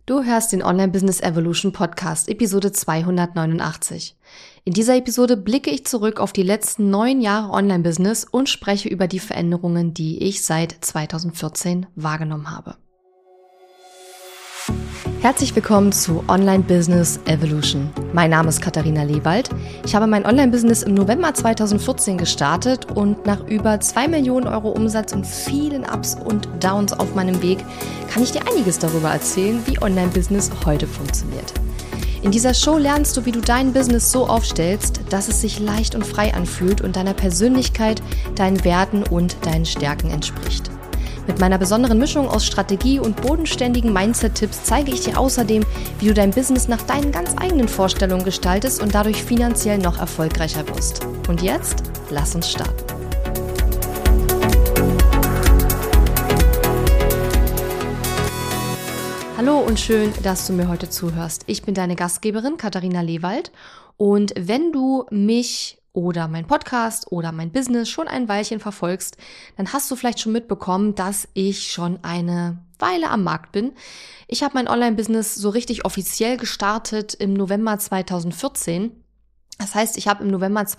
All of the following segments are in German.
Du hörst den Online Business Evolution Podcast, Episode 289. In dieser Episode blicke ich zurück auf die letzten 9 Jahre Online-Business und spreche über die Veränderungen, die ich seit 2014 wahrgenommen habe. Herzlich willkommen zu Online Business Evolution. Mein Name ist Katharina Lewald. Ich habe mein Online-Business im November 2014 gestartet und nach über 2 Millionen Euro Umsatz und vielen Ups und Downs auf meinem Weg kann ich dir einiges darüber erzählen, wie Online-Business heute funktioniert. In dieser Show lernst du, wie du dein Business so aufstellst, dass es sich leicht und frei anfühlt und deiner Persönlichkeit, deinen Werten und deinen Stärken entspricht. Mit meiner besonderen Mischung aus Strategie und bodenständigen Mindset-Tipps zeige ich dir außerdem, wie du dein Business nach deinen ganz eigenen Vorstellungen gestaltest und dadurch finanziell noch erfolgreicher wirst. Und jetzt, lass uns starten. Hallo und schön, dass du mir heute zuhörst. Ich bin deine Gastgeberin Katharina Lewald und wenn du mich oder mein Podcast oder mein Business schon ein Weilchen verfolgst, dann hast du vielleicht schon mitbekommen, dass ich schon eine Weile am Markt bin. Ich habe mein Online-Business so richtig offiziell gestartet im November 2014. Das heißt, ich habe im November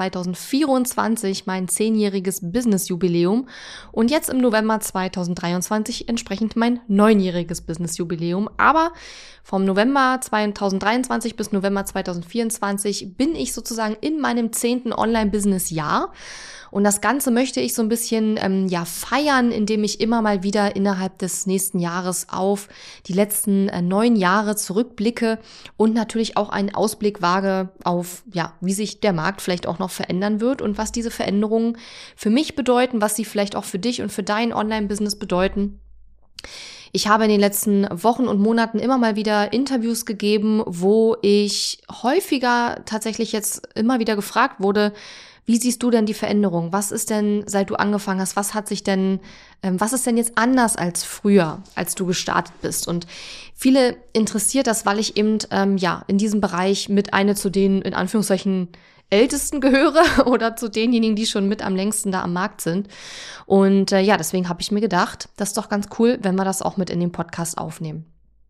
2024 mein 10-jähriges Business-Jubiläum und jetzt im November 2023 entsprechend mein 9-jähriges Business-Jubiläum. Aber vom November 2023 bis November 2024 bin ich sozusagen in meinem 10. Online-Business-Jahr. Und das Ganze möchte ich so ein bisschen feiern, indem ich immer mal wieder innerhalb des nächsten Jahres auf die letzten 9 Jahre zurückblicke und natürlich auch einen Ausblick wage auf, wie sich der Markt vielleicht auch noch verändern wird und was diese Veränderungen für mich bedeuten, was sie vielleicht auch für dich und für dein Online-Business bedeuten. Ich habe in den letzten Wochen und Monaten immer mal wieder Interviews gegeben, wo ich häufiger tatsächlich jetzt immer wieder gefragt wurde, wie siehst du denn die Veränderung? Was ist denn, seit du angefangen hast, was ist denn jetzt anders als früher, als du gestartet bist? Und viele interessiert das, weil ich eben, in diesem Bereich mit eine zu den, in Anführungszeichen, Ältesten gehöre oder zu denjenigen, die schon mit am längsten da am Markt sind. Und deswegen habe ich mir gedacht, das ist doch ganz cool, wenn wir das auch mit in den Podcast aufnehmen.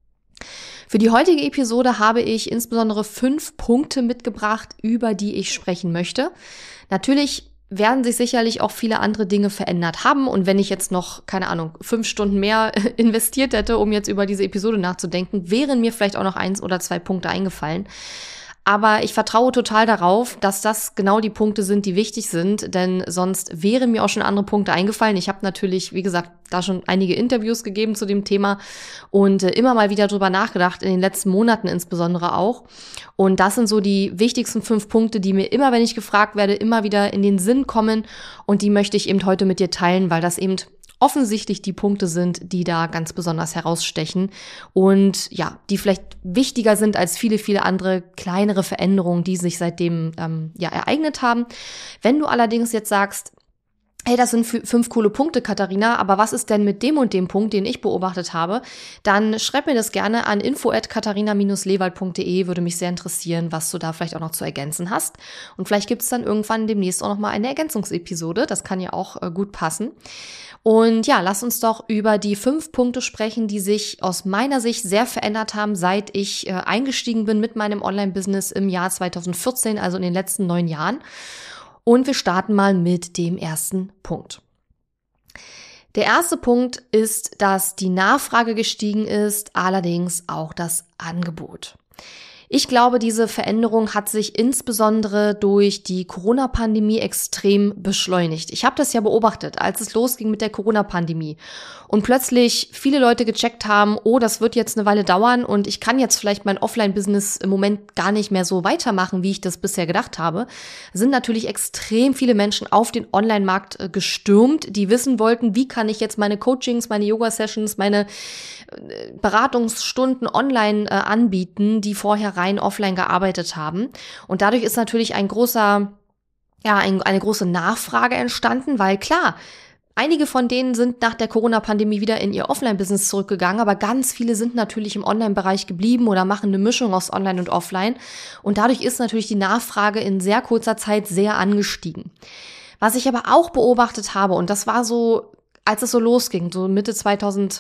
Für die heutige Episode habe ich insbesondere 5 Punkte mitgebracht, über die ich sprechen möchte. Natürlich werden sich sicherlich auch viele andere Dinge verändert haben. Und wenn ich jetzt noch, 5 Stunden mehr investiert hätte, um jetzt über diese Episode nachzudenken, wären mir vielleicht auch noch 1 oder 2 Punkte eingefallen. Aber ich vertraue total darauf, dass das genau die Punkte sind, die wichtig sind, denn sonst wären mir auch schon andere Punkte eingefallen. Ich habe natürlich, wie gesagt, da schon einige Interviews gegeben zu dem Thema und immer mal wieder drüber nachgedacht, in den letzten Monaten insbesondere auch. Und das sind so die wichtigsten 5 Punkte, die mir immer, wenn ich gefragt werde, immer wieder in den Sinn kommen und die möchte ich eben heute mit dir teilen, weil das eben offensichtlich die Punkte sind, die da ganz besonders herausstechen und die vielleicht wichtiger sind als viele, viele andere kleinere Veränderungen, die sich seitdem ereignet haben. Wenn du allerdings jetzt sagst, hey, das sind 5 coole Punkte, Katharina, aber was ist denn mit dem und dem Punkt, den ich beobachtet habe? Dann schreib mir das gerne an info@katharina-lewald.de, würde mich sehr interessieren, was du da vielleicht auch noch zu ergänzen hast. Und vielleicht gibt es dann irgendwann demnächst auch noch mal eine Ergänzungsepisode, das kann ja auch gut passen. Und lass uns doch über die 5 Punkte sprechen, die sich aus meiner Sicht sehr verändert haben, seit ich eingestiegen bin mit meinem Online-Business im Jahr 2014, also in den letzten 9 Jahren. Und wir starten mal mit dem ersten Punkt. Der erste Punkt ist, dass die Nachfrage gestiegen ist, allerdings auch das Angebot. Ich glaube, diese Veränderung hat sich insbesondere durch die Corona-Pandemie extrem beschleunigt. Ich habe das ja beobachtet, als es losging mit der Corona-Pandemie und plötzlich viele Leute gecheckt haben, oh, das wird jetzt eine Weile dauern und ich kann jetzt vielleicht mein Offline-Business im Moment gar nicht mehr so weitermachen, wie ich das bisher gedacht habe, sind natürlich extrem viele Menschen auf den Online-Markt gestürmt, die wissen wollten, wie kann ich jetzt meine Coachings, meine Yoga-Sessions, meine Beratungsstunden online anbieten, die vorher rein offline gearbeitet haben. Und dadurch ist natürlich eine große Nachfrage entstanden, weil klar, einige von denen sind nach der Corona-Pandemie wieder in ihr Offline-Business zurückgegangen, aber ganz viele sind natürlich im Online-Bereich geblieben oder machen eine Mischung aus Online und Offline. Und dadurch ist natürlich die Nachfrage in sehr kurzer Zeit sehr angestiegen. Was ich aber auch beobachtet habe, und das war so, als es so losging, so Mitte 2020,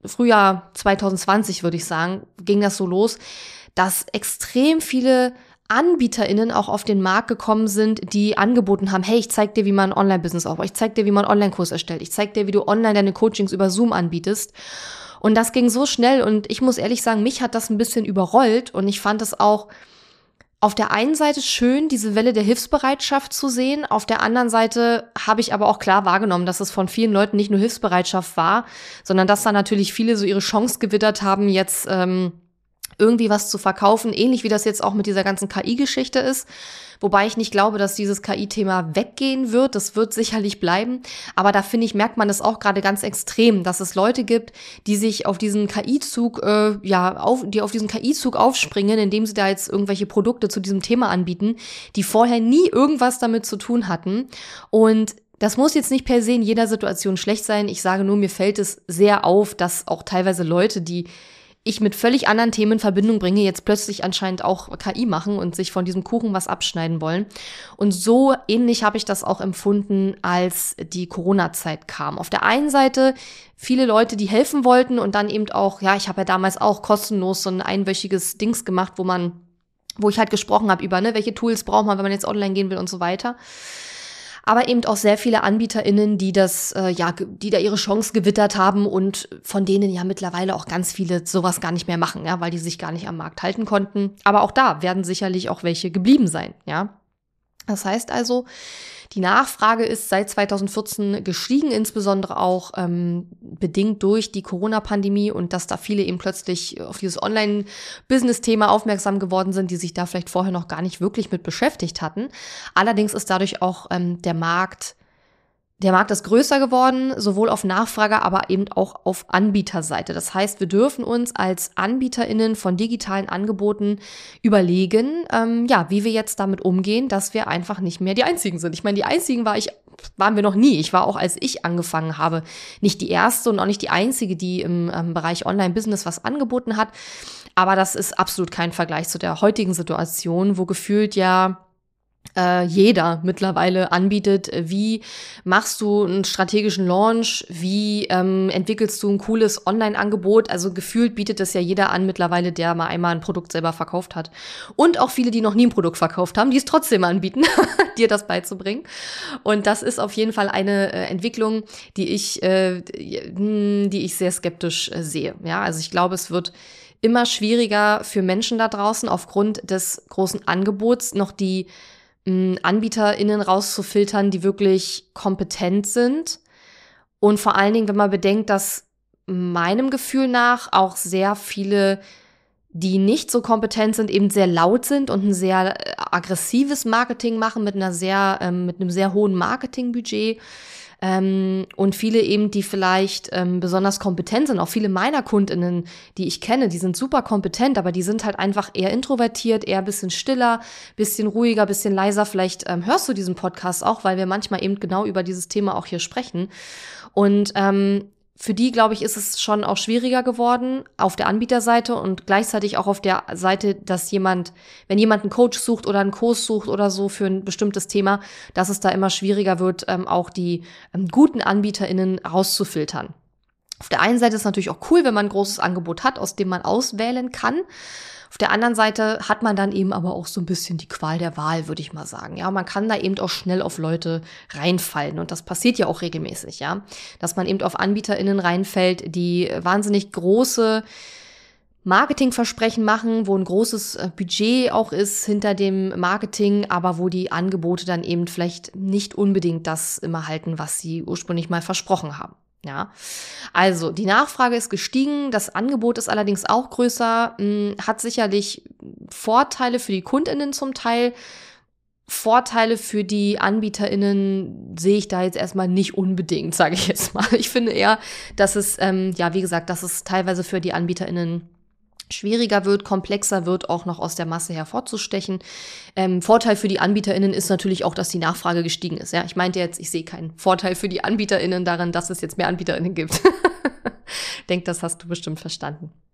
Frühjahr 2020, würde ich sagen, ging das so los, dass extrem viele AnbieterInnen auch auf den Markt gekommen sind, die angeboten haben, hey, ich zeig dir, wie man ein Online-Business aufbaut, ich zeig dir, wie man einen Online-Kurs erstellt, ich zeig dir, wie du online deine Coachings über Zoom anbietest. Und das ging so schnell und ich muss ehrlich sagen, mich hat das ein bisschen überrollt und ich fand es auch auf der einen Seite schön, diese Welle der Hilfsbereitschaft zu sehen. Auf der anderen Seite habe ich aber auch klar wahrgenommen, dass es von vielen Leuten nicht nur Hilfsbereitschaft war, sondern dass da natürlich viele so ihre Chance gewittert haben, jetzt irgendwie was zu verkaufen. Ähnlich wie das jetzt auch mit dieser ganzen KI-Geschichte ist. Wobei ich nicht glaube, dass dieses KI-Thema weggehen wird. Das wird sicherlich bleiben. Aber da finde ich, merkt man es auch gerade ganz extrem, dass es Leute gibt, die sich auf diesen KI-Zug, die auf diesen KI-Zug aufspringen, indem sie da jetzt irgendwelche Produkte zu diesem Thema anbieten, die vorher nie irgendwas damit zu tun hatten. Und das muss jetzt nicht per se in jeder Situation schlecht sein. Ich sage nur, mir fällt es sehr auf, dass auch teilweise Leute, die ich mit völlig anderen Themen in Verbindung bringe, jetzt plötzlich anscheinend auch KI machen und sich von diesem Kuchen was abschneiden wollen. Und so ähnlich habe ich das auch empfunden, als die Corona-Zeit kam. Auf der einen Seite viele Leute, die helfen wollten und dann eben auch, ja, ich habe ja damals auch kostenlos so ein einwöchiges Dings gemacht, wo ich halt gesprochen habe über, welche Tools braucht man, wenn man jetzt online gehen will und so weiter. Aber eben auch sehr viele AnbieterInnen, die die da ihre Chance gewittert haben und von denen ja mittlerweile auch ganz viele sowas gar nicht mehr machen, ja, weil die sich gar nicht am Markt halten konnten. Aber auch da werden sicherlich auch welche geblieben sein, ja. Das heißt also, die Nachfrage ist seit 2014 gestiegen, insbesondere auch bedingt durch die Corona-Pandemie und dass da viele eben plötzlich auf dieses Online-Business-Thema aufmerksam geworden sind, die sich da vielleicht vorher noch gar nicht wirklich mit beschäftigt hatten. Allerdings ist dadurch auch der Markt ist größer geworden, sowohl auf Nachfrage, aber eben auch auf Anbieterseite. Das heißt, wir dürfen uns als AnbieterInnen von digitalen Angeboten überlegen, wie wir jetzt damit umgehen, dass wir einfach nicht mehr die Einzigen sind. Ich meine, die Einzigen waren wir noch nie. Ich war auch, als ich angefangen habe, nicht die Erste und auch nicht die Einzige, die im Bereich Online-Business was angeboten hat. Aber das ist absolut kein Vergleich zu der heutigen Situation, wo gefühlt jeder mittlerweile anbietet, wie machst du einen strategischen Launch, wie entwickelst du ein cooles Online-Angebot, also gefühlt bietet das ja jeder an mittlerweile, der mal einmal ein Produkt selber verkauft hat. Und auch viele, die noch nie ein Produkt verkauft haben, die es trotzdem anbieten, dir das beizubringen. Und das ist auf jeden Fall eine Entwicklung, die ich sehr skeptisch sehe. Ja, also ich glaube, es wird immer schwieriger für Menschen da draußen aufgrund des großen Angebots noch die AnbieterInnen rauszufiltern, die wirklich kompetent sind. Und vor allen Dingen, wenn man bedenkt, dass meinem Gefühl nach auch sehr viele, die nicht so kompetent sind, eben sehr laut sind und ein sehr aggressives Marketing machen mit einem sehr hohen Marketingbudget. Und viele eben, die vielleicht besonders kompetent sind, auch viele meiner KundInnen, die ich kenne, die sind super kompetent, aber die sind halt einfach eher introvertiert, eher ein bisschen stiller, bisschen ruhiger, bisschen leiser. Vielleicht hörst du diesen Podcast auch, weil wir manchmal eben genau über dieses Thema auch hier sprechen. Und für die, glaube ich, ist es schon auch schwieriger geworden auf der Anbieterseite und gleichzeitig auch auf der Seite, dass wenn jemand einen Coach sucht oder einen Kurs sucht oder so für ein bestimmtes Thema, dass es da immer schwieriger wird, auch die guten AnbieterInnen rauszufiltern. Auf der einen Seite ist es natürlich auch cool, wenn man ein großes Angebot hat, aus dem man auswählen kann. Auf der anderen Seite hat man dann eben aber auch so ein bisschen die Qual der Wahl, würde ich mal sagen. Ja, man kann da eben auch schnell auf Leute reinfallen und das passiert ja auch regelmäßig, ja, dass man eben auf AnbieterInnen reinfällt, die wahnsinnig große Marketingversprechen machen, wo ein großes Budget auch ist hinter dem Marketing, aber wo die Angebote dann eben vielleicht nicht unbedingt das immer halten, was sie ursprünglich mal versprochen haben. Ja, also die Nachfrage ist gestiegen, das Angebot ist allerdings auch größer, hat sicherlich Vorteile für die KundInnen zum Teil. Vorteile für die AnbieterInnen sehe ich da jetzt erstmal nicht unbedingt, sage ich jetzt mal. Ich finde eher, dass es, wie gesagt, dass es teilweise für die AnbieterInnen schwieriger wird, komplexer wird, auch noch aus der Masse hervorzustechen. Vorteil für die AnbieterInnen ist natürlich auch, dass die Nachfrage gestiegen ist. Ja, ich meinte jetzt, ich sehe keinen Vorteil für die AnbieterInnen darin, dass es jetzt mehr AnbieterInnen gibt. Denk, das hast du bestimmt verstanden.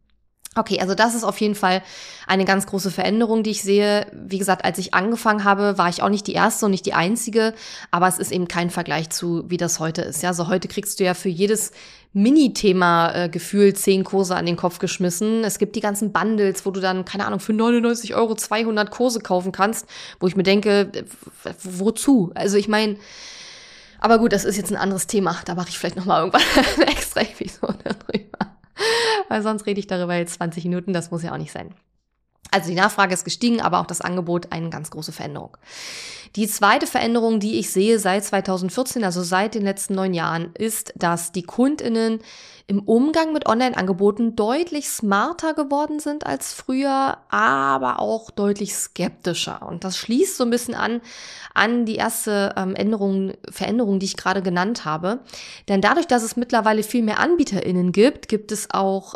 Okay, also das ist auf jeden Fall eine ganz große Veränderung, die ich sehe. Wie gesagt, als ich angefangen habe, war ich auch nicht die erste und nicht die einzige, aber es ist eben kein Vergleich zu, wie das heute ist. Ja, also heute kriegst du ja für jedes Mini-Thema gefühlt 10 Kurse an den Kopf geschmissen. Es gibt die ganzen Bundles, wo du dann, keine Ahnung, für 99 € 200 Kurse kaufen kannst, wo ich mir denke, wozu? Also ich meine, aber gut, das ist jetzt ein anderes Thema. Da mache ich vielleicht noch mal irgendwann eine extra Episode drüber. Weil sonst rede ich darüber jetzt 20 Minuten, das muss ja auch nicht sein. Also die Nachfrage ist gestiegen, aber auch das Angebot eine ganz große Veränderung. Die zweite Veränderung, die ich sehe seit 2014, also seit den letzten 9 Jahren, ist, dass die KundInnen im Umgang mit Online-Angeboten deutlich smarter geworden sind als früher, aber auch deutlich skeptischer. Und das schließt so ein bisschen an die erste Veränderung, die ich gerade genannt habe. Denn dadurch, dass es mittlerweile viel mehr AnbieterInnen gibt es auch,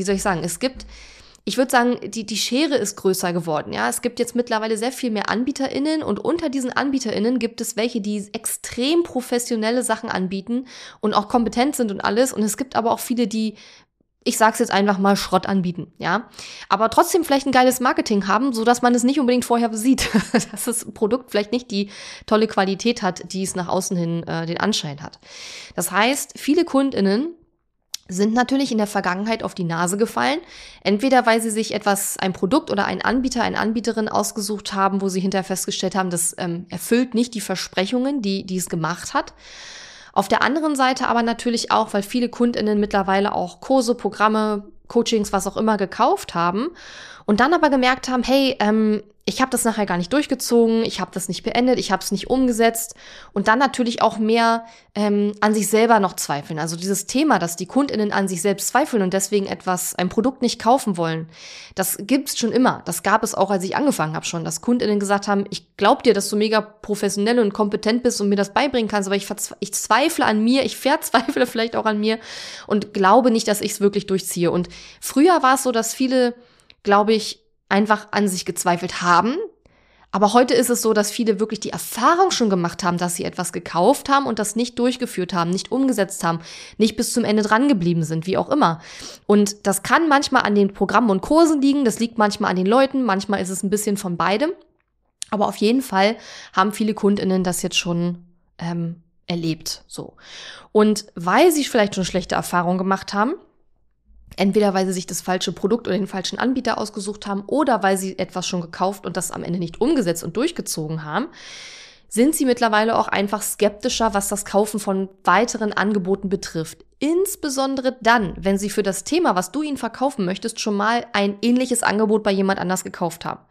ich würde sagen, die Schere ist größer geworden. Ja, es gibt jetzt mittlerweile sehr viel mehr AnbieterInnen und unter diesen AnbieterInnen gibt es welche, die extrem professionelle Sachen anbieten und auch kompetent sind und alles. Und es gibt aber auch viele, die, ich sag's jetzt einfach mal, Schrott anbieten, ja, aber trotzdem vielleicht ein geiles Marketing haben, so dass man es nicht unbedingt vorher sieht, dass das Produkt vielleicht nicht die tolle Qualität hat, die es nach außen hin den Anschein hat. Das heißt, viele KundInnen sind natürlich in der Vergangenheit auf die Nase gefallen, entweder weil sie sich ein Produkt oder einen Anbieter, eine Anbieterin ausgesucht haben, wo sie hinterher festgestellt haben, das erfüllt nicht die Versprechungen, die es gemacht hat. Auf der anderen Seite aber natürlich auch, weil viele KundInnen mittlerweile auch Kurse, Programme, Coachings, was auch immer gekauft haben und dann aber gemerkt haben, hey, ich habe das nachher gar nicht durchgezogen, ich habe das nicht beendet, ich habe es nicht umgesetzt und dann natürlich auch mehr an sich selber noch zweifeln. Also dieses Thema, dass die KundInnen an sich selbst zweifeln und deswegen ein Produkt nicht kaufen wollen, das gibt's schon immer. Das gab es auch, als ich angefangen habe schon, dass KundInnen gesagt haben, ich glaube dir, dass du mega professionell und kompetent bist und mir das beibringen kannst, aber ich zweifle an mir, ich verzweifle vielleicht auch an mir und glaube nicht, dass ich es wirklich durchziehe. Und früher war es so, dass viele, glaube ich, einfach an sich gezweifelt haben. Aber heute ist es so, dass viele wirklich die Erfahrung schon gemacht haben, dass sie etwas gekauft haben und das nicht durchgeführt haben, nicht umgesetzt haben, nicht bis zum Ende dran geblieben sind, wie auch immer. Und das kann manchmal an den Programmen und Kursen liegen, das liegt manchmal an den Leuten, manchmal ist es ein bisschen von beidem. Aber auf jeden Fall haben viele KundInnen das jetzt schon erlebt. So. Und weil sie vielleicht schon schlechte Erfahrungen gemacht haben, entweder weil sie sich das falsche Produkt oder den falschen Anbieter ausgesucht haben oder weil sie etwas schon gekauft und das am Ende nicht umgesetzt und durchgezogen haben, sind sie mittlerweile auch einfach skeptischer, was das Kaufen von weiteren Angeboten betrifft. Insbesondere dann, wenn sie für das Thema, was du ihnen verkaufen möchtest, schon mal ein ähnliches Angebot bei jemand anders gekauft haben.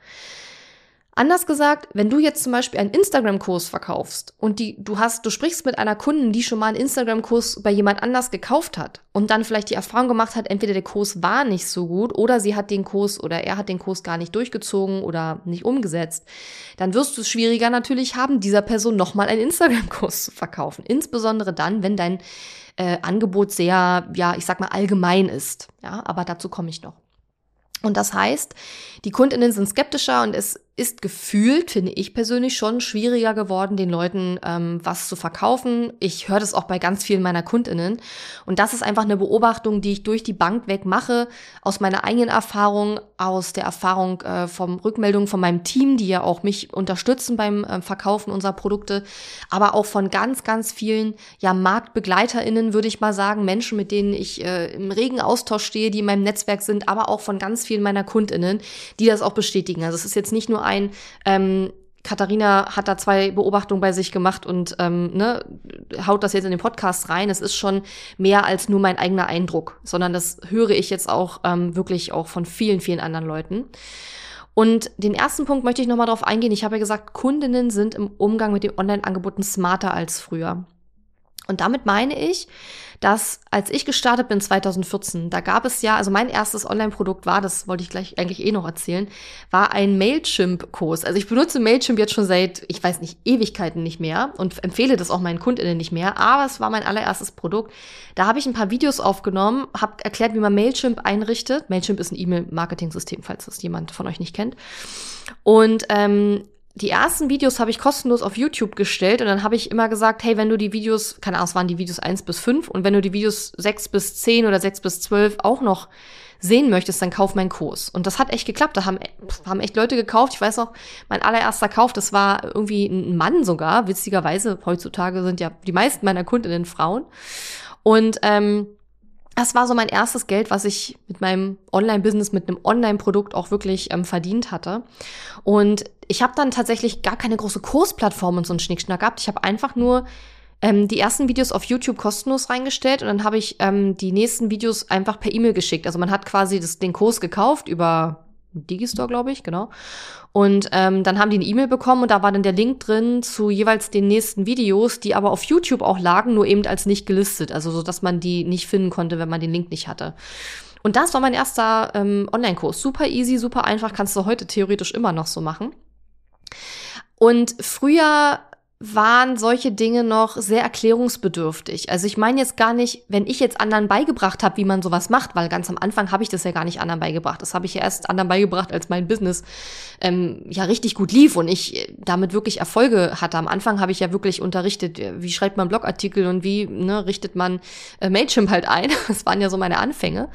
Anders gesagt, wenn du jetzt zum Beispiel einen Instagram-Kurs verkaufst und du sprichst mit einer Kundin, die schon mal einen Instagram-Kurs bei jemand anders gekauft hat und dann vielleicht die Erfahrung gemacht hat, entweder der Kurs war nicht so gut oder er hat den Kurs gar nicht durchgezogen oder nicht umgesetzt, dann wirst du es schwieriger natürlich haben, dieser Person nochmal einen Instagram-Kurs zu verkaufen. Insbesondere dann, wenn dein Angebot sehr, ich sag mal, allgemein ist. Ja, aber dazu komme ich noch. Und das heißt, die KundInnen sind skeptischer und es ist gefühlt, finde ich persönlich, schon schwieriger geworden, den Leuten was zu verkaufen. Ich höre das auch bei ganz vielen meiner KundInnen. Und das ist einfach eine Beobachtung, die ich durch die Bank weg mache, aus meiner eigenen Erfahrung, aus der Erfahrung vom Rückmeldungen von meinem Team, die ja auch mich unterstützen beim Verkaufen unserer Produkte, aber auch von ganz, ganz vielen MarktbegleiterInnen, würde ich mal sagen, Menschen, mit denen ich im regen Austausch stehe, die in meinem Netzwerk sind, aber auch von ganz vielen meiner KundInnen, die das auch bestätigen. Also es ist jetzt nicht nur Katharina hat da 2 Beobachtungen bei sich gemacht und haut das jetzt in den Podcast rein. Es ist schon mehr als nur mein eigener Eindruck, sondern das höre ich jetzt auch wirklich auch von vielen, vielen anderen Leuten. Und den ersten Punkt möchte ich nochmal drauf eingehen. Ich habe ja gesagt, Kundinnen sind im Umgang mit den Online-Angeboten smarter als früher. Und damit meine ich, dass als ich gestartet bin 2014, da gab es also mein erstes Online-Produkt war, das wollte ich gleich eigentlich noch erzählen, war ein Mailchimp-Kurs. Also ich benutze Mailchimp jetzt schon seit, ich weiß nicht, Ewigkeiten nicht mehr und empfehle das auch meinen KundInnen nicht mehr, aber es war mein allererstes Produkt. Da habe ich ein paar Videos aufgenommen, habe erklärt, wie man Mailchimp einrichtet. Mailchimp ist ein E-Mail-Marketing-System, falls das jemand von euch nicht kennt. Und die ersten Videos habe ich kostenlos auf YouTube gestellt und dann habe ich immer gesagt, hey, wenn du die Videos, keine Ahnung, es waren die Videos 1 bis 5 und wenn du die Videos 6 bis 10 oder 6 bis 12 auch noch sehen möchtest, dann kauf meinen Kurs. Und das hat echt geklappt, da haben echt Leute gekauft. Ich weiß noch, mein allererster Kauf, das war irgendwie ein Mann sogar, witzigerweise, heutzutage sind ja die meisten meiner Kundinnen Frauen. Und das war so mein erstes Geld, was ich mit meinem Online-Business, mit einem Online-Produkt auch wirklich verdient hatte. Und ich habe dann tatsächlich gar keine große Kursplattform und so einen Schnickschnack gehabt. Ich habe einfach nur die ersten Videos auf YouTube kostenlos reingestellt und dann habe ich die nächsten Videos einfach per E-Mail geschickt. Also man hat quasi den Kurs gekauft über Digistore, glaube ich, genau. Und dann haben die eine E-Mail bekommen und da war dann der Link drin zu jeweils den nächsten Videos, die aber auf YouTube auch lagen, nur eben als nicht gelistet. Also so, dass man die nicht finden konnte, wenn man den Link nicht hatte. Und das war mein erster Online-Kurs. Super easy, super einfach, kannst du heute theoretisch immer noch so machen. Und früher waren solche Dinge noch sehr erklärungsbedürftig. Also ich meine jetzt gar nicht, wenn ich jetzt anderen beigebracht habe, wie man sowas macht, weil ganz am Anfang habe ich das ja gar nicht anderen beigebracht. Das habe ich ja erst anderen beigebracht, als mein Business ja richtig gut lief und ich damit wirklich Erfolge hatte. Am Anfang habe ich ja wirklich unterrichtet, wie schreibt man Blogartikel und wie richtet man Mailchimp halt ein. Das waren ja so meine Anfänge.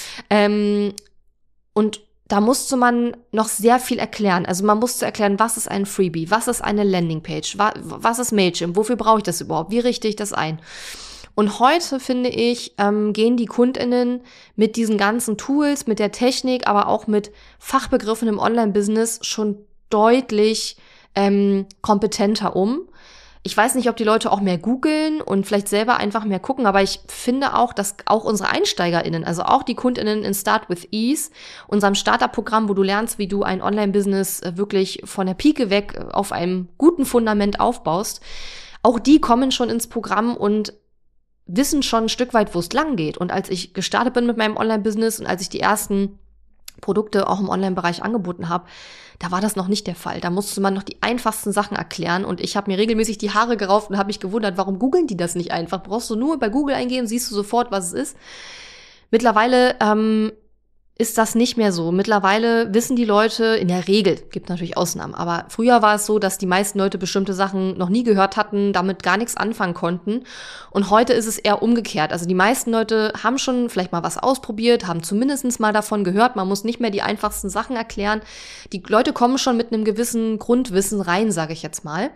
Und da musste man noch sehr viel erklären. Also man musste erklären, was ist ein Freebie, was ist eine Landingpage, was ist Mailchimp, wofür brauche ich das überhaupt, wie richte ich das ein? Und heute, finde ich, gehen die KundInnen mit diesen ganzen Tools, mit der Technik, aber auch mit Fachbegriffen im Online-Business schon deutlich kompetenter um. Ich weiß nicht, ob die Leute auch mehr googeln und vielleicht selber einfach mehr gucken, aber ich finde auch, dass auch unsere EinsteigerInnen, also auch die KundInnen in Start with Ease, unserem Startup-Programm, wo du lernst, wie du ein Online-Business wirklich von der Pike weg auf einem guten Fundament aufbaust, auch die kommen schon ins Programm und wissen schon ein Stück weit, wo es lang geht. Und als ich gestartet bin mit meinem Online-Business und als ich die ersten Produkte auch im Online-Bereich angeboten habe, da war das noch nicht der Fall. Da musste man noch die einfachsten Sachen erklären und ich habe mir regelmäßig die Haare gerauft und habe mich gewundert, warum googeln die das nicht einfach? Brauchst du nur bei Google eingehen, siehst du sofort, was es ist. Mittlerweile ist das nicht mehr so. Mittlerweile wissen die Leute, in der Regel, gibt natürlich Ausnahmen, aber früher war es so, dass die meisten Leute bestimmte Sachen noch nie gehört hatten, damit gar nichts anfangen konnten. Und heute ist es eher umgekehrt. Also die meisten Leute haben schon vielleicht mal was ausprobiert, haben zumindest mal davon gehört. Man muss nicht mehr die einfachsten Sachen erklären. Die Leute kommen schon mit einem gewissen Grundwissen rein, sage ich jetzt mal.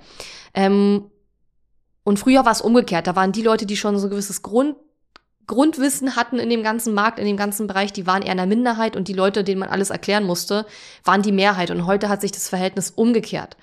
Und früher war es umgekehrt. Da waren die Leute, die schon so ein gewisses Grundwissen hatten in dem ganzen Markt, in dem ganzen Bereich, die waren eher in der Minderheit und die Leute, denen man alles erklären musste, waren die Mehrheit. Und heute hat sich das Verhältnis umgekehrt.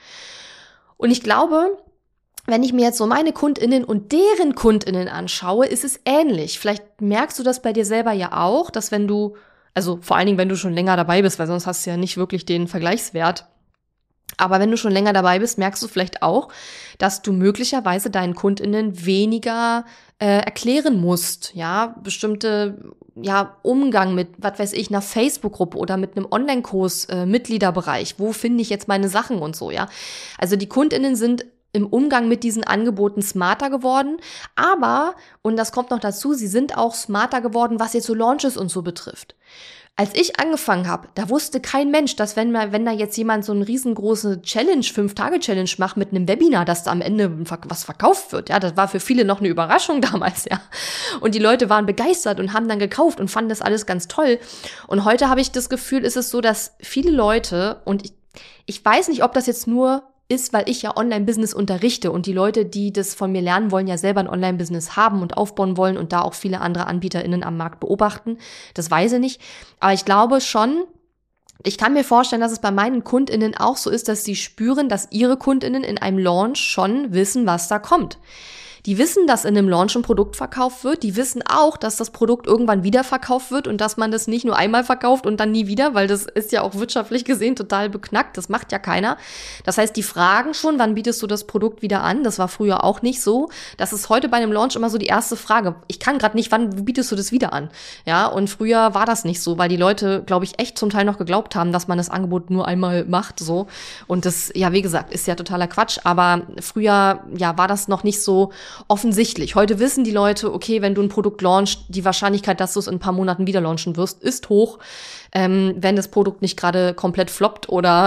Und ich glaube, wenn ich mir jetzt so meine KundInnen und deren KundInnen anschaue, ist es ähnlich. Vielleicht merkst du das bei dir selber ja auch, dass wenn du, also vor allen Dingen, wenn du schon länger dabei bist, weil sonst hast du ja nicht wirklich den Vergleichswert. Aber wenn du schon länger dabei bist, merkst du vielleicht auch, dass du möglicherweise deinen KundInnen weniger erklären musst, ja, bestimmte, ja, Umgang mit, was weiß ich, einer Facebook-Gruppe oder mit einem Online-Kurs, Mitgliederbereich, wo finde ich jetzt meine Sachen und so, ja. Also die KundInnen sind im Umgang mit diesen Angeboten smarter geworden, aber, und das kommt noch dazu, sie sind auch smarter geworden, was jetzt so Launches und so betrifft. Als ich angefangen habe, da wusste kein Mensch, dass wenn da jetzt jemand so eine riesengroße Challenge, 5-Tage-Challenge macht mit einem Webinar, dass da am Ende was verkauft wird. Ja, das war für viele noch eine Überraschung damals, ja. Und die Leute waren begeistert und haben dann gekauft und fanden das alles ganz toll. Und heute habe ich das Gefühl, ist es so, dass viele Leute, und ich weiß nicht, ob das jetzt nur ist, weil ich ja Online-Business unterrichte und die Leute, die das von mir lernen wollen, ja selber ein Online-Business haben und aufbauen wollen und da auch viele andere AnbieterInnen am Markt beobachten. Das weiß ich nicht. Aber ich glaube schon, ich kann mir vorstellen, dass es bei meinen KundInnen auch so ist, dass sie spüren, dass ihre KundInnen in einem Launch schon wissen, was da kommt. Die wissen, dass in einem Launch ein Produkt verkauft wird. Die wissen auch, dass das Produkt irgendwann wieder verkauft wird und dass man das nicht nur einmal verkauft und dann nie wieder, weil das ist ja auch wirtschaftlich gesehen total beknackt. Das macht ja keiner. Das heißt, die fragen schon, wann bietest du das Produkt wieder an? Das war früher auch nicht so. Das ist heute bei einem Launch immer so die erste Frage. Ich kann gerade nicht, wann bietest du das wieder an? Ja, und früher war das nicht so, weil die Leute, glaube ich, echt zum Teil noch geglaubt haben, dass man das Angebot nur einmal macht, so. Und das, ja, wie gesagt, ist ja totaler Quatsch. Aber früher, ja, war das noch nicht so. offensichtlich. Heute wissen die Leute, okay, wenn du ein Produkt launchst, die Wahrscheinlichkeit, dass du es in ein paar Monaten wieder launchen wirst, ist hoch. Wenn das Produkt nicht gerade komplett floppt oder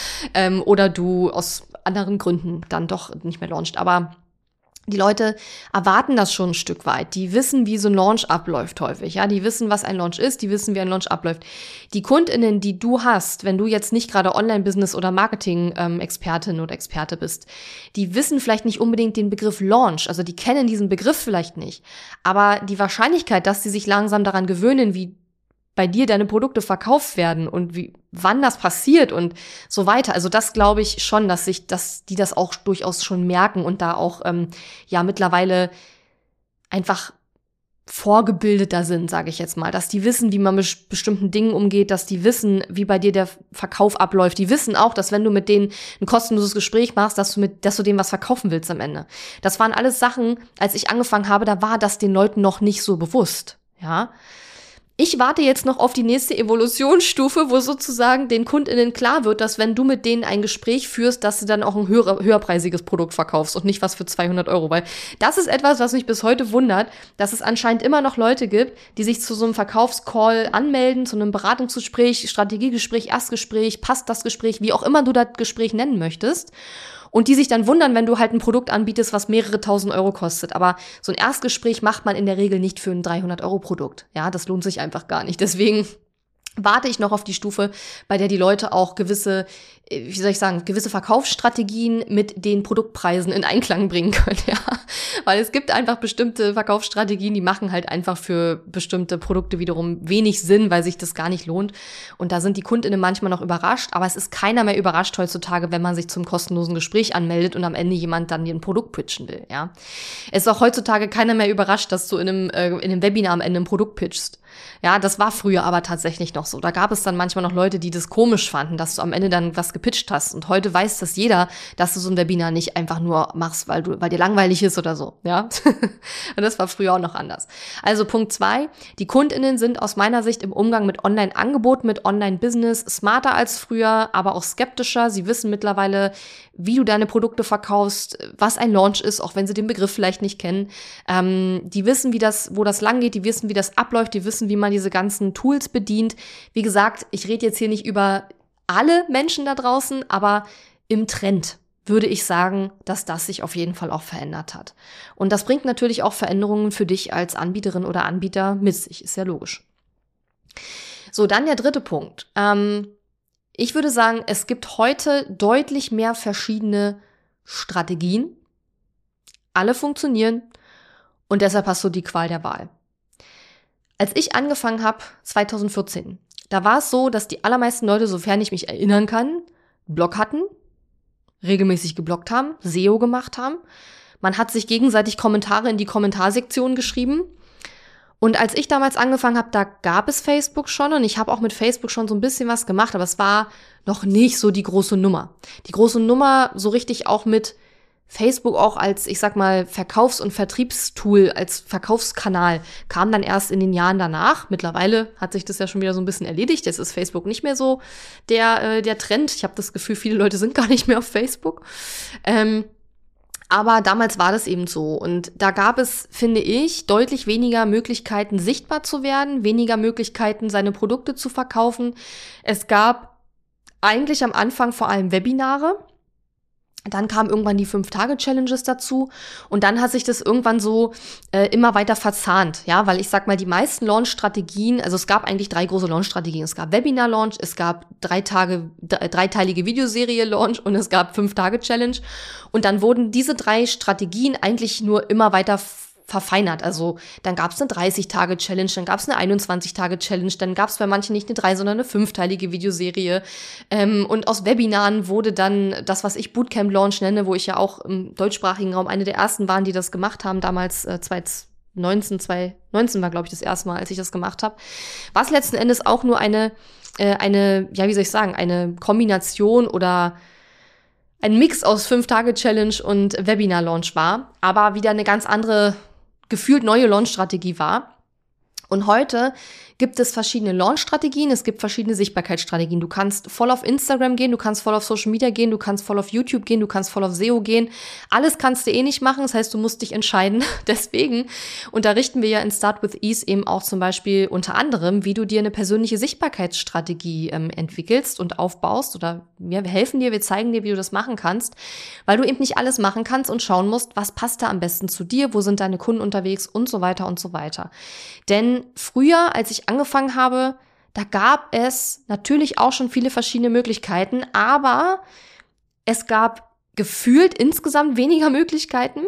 du aus anderen Gründen dann doch nicht mehr launchst. Aber die Leute erwarten das schon ein Stück weit. Die wissen, wie so ein Launch abläuft häufig. Ja, die wissen, was ein Launch ist. Die wissen, wie ein Launch abläuft. Die KundInnen, die du hast, wenn du jetzt nicht gerade Online-Business- oder Marketing-Expertin oder Experte bist, die wissen vielleicht nicht unbedingt den Begriff Launch. Also die kennen diesen Begriff vielleicht nicht. Aber die Wahrscheinlichkeit, dass sie sich langsam daran gewöhnen, wie bei dir deine Produkte verkauft werden und wann das passiert und so weiter. Also das glaube ich schon, dass die das auch durchaus schon merken und da auch mittlerweile einfach vorgebildeter sind, sage ich jetzt mal, dass die wissen, wie man mit bestimmten Dingen umgeht, dass die wissen, wie bei dir der Verkauf abläuft. Die wissen auch, dass wenn du mit denen ein kostenloses Gespräch machst, dass du denen was verkaufen willst am Ende. Das waren alles Sachen, als ich angefangen habe, da war das den Leuten noch nicht so bewusst, ja. Ich warte jetzt noch auf die nächste Evolutionsstufe, wo sozusagen den KundInnen klar wird, dass wenn du mit denen ein Gespräch führst, dass du dann auch ein höherpreisiges Produkt verkaufst und nicht was für 200 Euro. Weil das ist etwas, was mich bis heute wundert, dass es anscheinend immer noch Leute gibt, die sich zu so einem Verkaufscall anmelden, zu einem Beratungsgespräch, Strategiegespräch, Erstgespräch, passt das Gespräch, wie auch immer du das Gespräch nennen möchtest. Und die sich dann wundern, wenn du halt ein Produkt anbietest, was mehrere tausend Euro kostet. Aber so ein Erstgespräch macht man in der Regel nicht für ein 300-Euro-Produkt. Ja, das lohnt sich einfach gar nicht. Deswegen warte ich noch auf die Stufe, bei der die Leute auch gewisse Verkaufsstrategien mit den Produktpreisen in Einklang bringen können, ja. Weil es gibt einfach bestimmte Verkaufsstrategien, die machen halt einfach für bestimmte Produkte wiederum wenig Sinn, weil sich das gar nicht lohnt. Und da sind die KundInnen manchmal noch überrascht, aber es ist keiner mehr überrascht heutzutage, wenn man sich zum kostenlosen Gespräch anmeldet und am Ende jemand dann dir ein Produkt pitchen will, ja. Es ist auch heutzutage keiner mehr überrascht, dass du in einem Webinar am Ende ein Produkt pitchst. Ja, das war früher aber tatsächlich noch so. Da gab es dann manchmal noch Leute, die das komisch fanden, dass du am Ende dann was gepitcht hast. Und heute weiß das jeder, dass du so ein Webinar nicht einfach nur machst, weil dir langweilig ist oder so, ja. Und das war früher auch noch anders. Also Punkt 2, die KundInnen sind aus meiner Sicht im Umgang mit Online-Angeboten, mit Online-Business smarter als früher, aber auch skeptischer. Sie wissen mittlerweile, wie du deine Produkte verkaufst, was ein Launch ist, auch wenn sie den Begriff vielleicht nicht kennen. Die wissen, wo das lang geht, die wissen, wie das abläuft, die wissen, wie man diese ganzen Tools bedient. Wie gesagt, ich rede jetzt hier nicht über alle Menschen da draußen, aber im Trend würde ich sagen, dass das sich auf jeden Fall auch verändert hat. Und das bringt natürlich auch Veränderungen für dich als Anbieterin oder Anbieter mit sich, ist ja logisch. So, dann der dritte Punkt. Ich würde sagen, es gibt heute deutlich mehr verschiedene Strategien. Alle funktionieren und deshalb hast du die Qual der Wahl. Als ich angefangen habe, 2014, da war es so, dass die allermeisten Leute, sofern ich mich erinnern kann, Blog hatten, regelmäßig gebloggt haben, SEO gemacht haben. Man hat sich gegenseitig Kommentare in die Kommentarsektion geschrieben. Und als ich damals angefangen habe, da gab es Facebook schon und ich habe auch mit Facebook schon so ein bisschen was gemacht, aber es war noch nicht so die große Nummer. Die große Nummer so richtig auch mit Facebook auch als, ich sag mal, Verkaufs- und Vertriebstool, als Verkaufskanal kam dann erst in den Jahren danach. Mittlerweile hat sich das ja schon wieder so ein bisschen erledigt. Jetzt ist Facebook nicht mehr so der Trend. Ich habe das Gefühl, viele Leute sind gar nicht mehr auf Facebook. Aber damals war das eben so. Und da gab es, finde ich, deutlich weniger Möglichkeiten, sichtbar zu werden, weniger Möglichkeiten, seine Produkte zu verkaufen. Es gab eigentlich am Anfang vor allem Webinare. Dann kamen irgendwann die 5-Tage-Challenges dazu und dann hat sich das irgendwann so immer weiter verzahnt, ja, weil ich sag mal, die meisten Launch-Strategien, also es gab eigentlich 3 große Launch-Strategien. Es gab Webinar-Launch, es gab 3-teilige Videoserie-Launch und es gab 5-Tage-Challenge und dann wurden diese 3 Strategien eigentlich nur immer weiter verfeinert. Also dann gab es eine 30-Tage-Challenge, dann gab es eine 21-Tage-Challenge, dann gab es bei manchen nicht eine 3, sondern eine 5-teilige Videoserie. Und aus Webinaren wurde dann das, was ich Bootcamp-Launch nenne, wo ich ja auch im deutschsprachigen Raum eine der ersten waren, die das gemacht haben, damals 2019 war, glaube ich, das erste Mal, als ich das gemacht habe. Was letzten Endes auch nur eine Kombination oder ein Mix aus 5-Tage-Challenge und Webinar-Launch war, aber wieder eine ganz andere, gefühlt neue Launch-Strategie war. Und heute gibt es verschiedene Launch-Strategien, es gibt verschiedene Sichtbarkeitsstrategien. Du kannst voll auf Instagram gehen, du kannst voll auf Social Media gehen, du kannst voll auf YouTube gehen, du kannst voll auf SEO gehen. Alles kannst du nicht machen, das heißt, du musst dich entscheiden. Deswegen unterrichten wir ja in Start with Ease eben auch zum Beispiel unter anderem, wie du dir eine persönliche Sichtbarkeitsstrategie entwickelst und aufbaust, oder wir helfen dir, wir zeigen dir, wie du das machen kannst, weil du eben nicht alles machen kannst und schauen musst, was passt da am besten zu dir, wo sind deine Kunden unterwegs und so weiter und so weiter. Denn früher, als ich angefangen habe, da gab es natürlich auch schon viele verschiedene Möglichkeiten, aber es gab gefühlt insgesamt weniger Möglichkeiten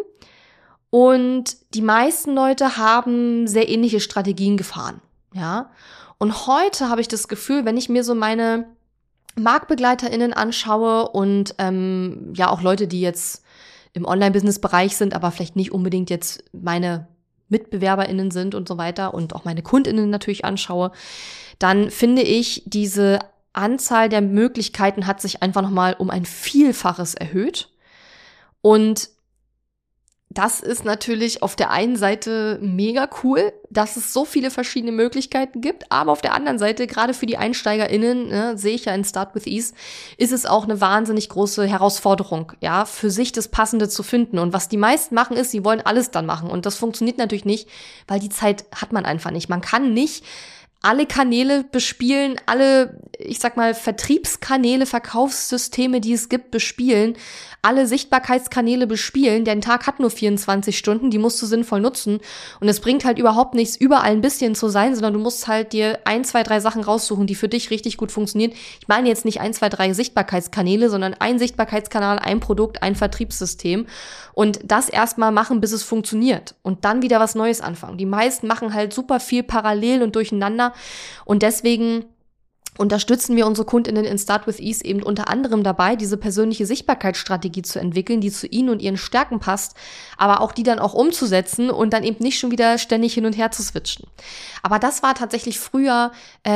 und die meisten Leute haben sehr ähnliche Strategien gefahren, ja. Und heute habe ich das Gefühl, wenn ich mir so meine MarktbegleiterInnen anschaue und ja auch Leute, die jetzt im Online-Business-Bereich sind, aber vielleicht nicht unbedingt jetzt meine MitbewerberInnen sind und so weiter und auch meine KundInnen natürlich anschaue, dann finde ich, diese Anzahl der Möglichkeiten hat sich einfach nochmal um ein Vielfaches erhöht. Und das ist natürlich auf der einen Seite mega cool, dass es so viele verschiedene Möglichkeiten gibt, aber auf der anderen Seite, gerade für die EinsteigerInnen, ne, sehe ich ja in Start with Ease, ist es auch eine wahnsinnig große Herausforderung, ja, für sich das Passende zu finden. Und was die meisten machen, ist, sie wollen alles dann machen. Und das funktioniert natürlich nicht, weil die Zeit hat man einfach nicht. Man kann nicht alle Kanäle bespielen, alle, ich sag mal, Vertriebskanäle, Verkaufssysteme, die es gibt, bespielen, alle Sichtbarkeitskanäle bespielen. Der Tag hat nur 24 Stunden, die musst du sinnvoll nutzen. Und es bringt halt überhaupt nichts, überall ein bisschen zu sein, sondern du musst halt dir 1, 2, 3 Sachen raussuchen, die für dich richtig gut funktionieren. Ich meine jetzt nicht 1, 2, 3 Sichtbarkeitskanäle, sondern ein Sichtbarkeitskanal, ein Produkt, ein Vertriebssystem. Und das erstmal machen, bis es funktioniert. Und dann wieder was Neues anfangen. Die meisten machen halt super viel parallel und durcheinander. Und deswegen unterstützen wir unsere KundInnen in Start with Ease eben unter anderem dabei, diese persönliche Sichtbarkeitsstrategie zu entwickeln, die zu ihnen und ihren Stärken passt, aber auch die dann auch umzusetzen und dann eben nicht schon wieder ständig hin und her zu switchen. Aber das war tatsächlich früher,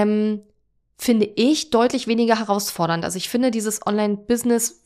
finde ich, deutlich weniger herausfordernd. Also ich finde, dieses Online-Business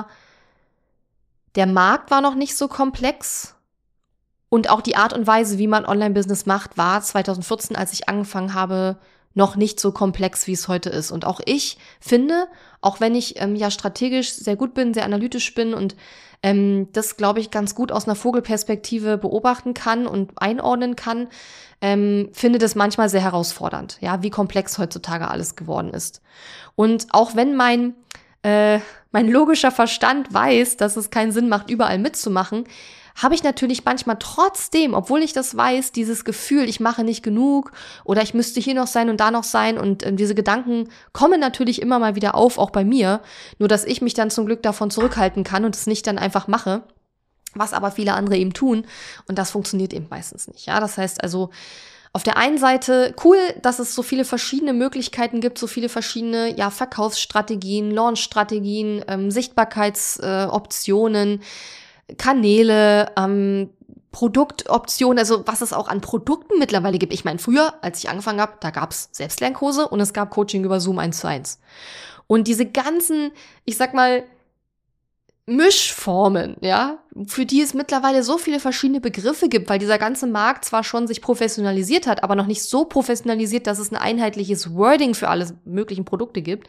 der Markt war noch nicht so komplex. Und auch die Art und Weise, wie man Online-Business macht, war 2014, als ich angefangen habe, noch nicht so komplex, wie es heute ist. Und auch ich finde, auch wenn ich ja strategisch sehr gut bin, sehr analytisch bin und das, glaube ich, ganz gut aus einer Vogelperspektive beobachten kann und einordnen kann, finde das manchmal sehr herausfordernd, ja, wie komplex heutzutage alles geworden ist. Und auch wenn mein logischer Verstand weiß, dass es keinen Sinn macht, überall mitzumachen, habe ich natürlich manchmal trotzdem, obwohl ich das weiß, dieses Gefühl, ich mache nicht genug oder ich müsste hier noch sein und da noch sein, und diese Gedanken kommen natürlich immer mal wieder auf, auch bei mir, nur dass ich mich dann zum Glück davon zurückhalten kann und es nicht dann einfach mache, was aber viele andere eben tun, und das funktioniert eben meistens nicht. Ja, das heißt also, auf der einen Seite cool, dass es so viele verschiedene Möglichkeiten gibt, so viele verschiedene Verkaufsstrategien, Launchstrategien, Sichtbarkeitsoptionen, Kanäle, Produktoptionen, also was es auch an Produkten mittlerweile gibt. Ich meine, früher, als ich angefangen habe, da gab es Selbstlernkurse und es gab Coaching über Zoom 1:1. Und diese ganzen, ich sag mal, Mischformen, ja, für die es mittlerweile so viele verschiedene Begriffe gibt, weil dieser ganze Markt zwar schon sich professionalisiert hat, aber noch nicht so professionalisiert, dass es ein einheitliches Wording für alle möglichen Produkte gibt.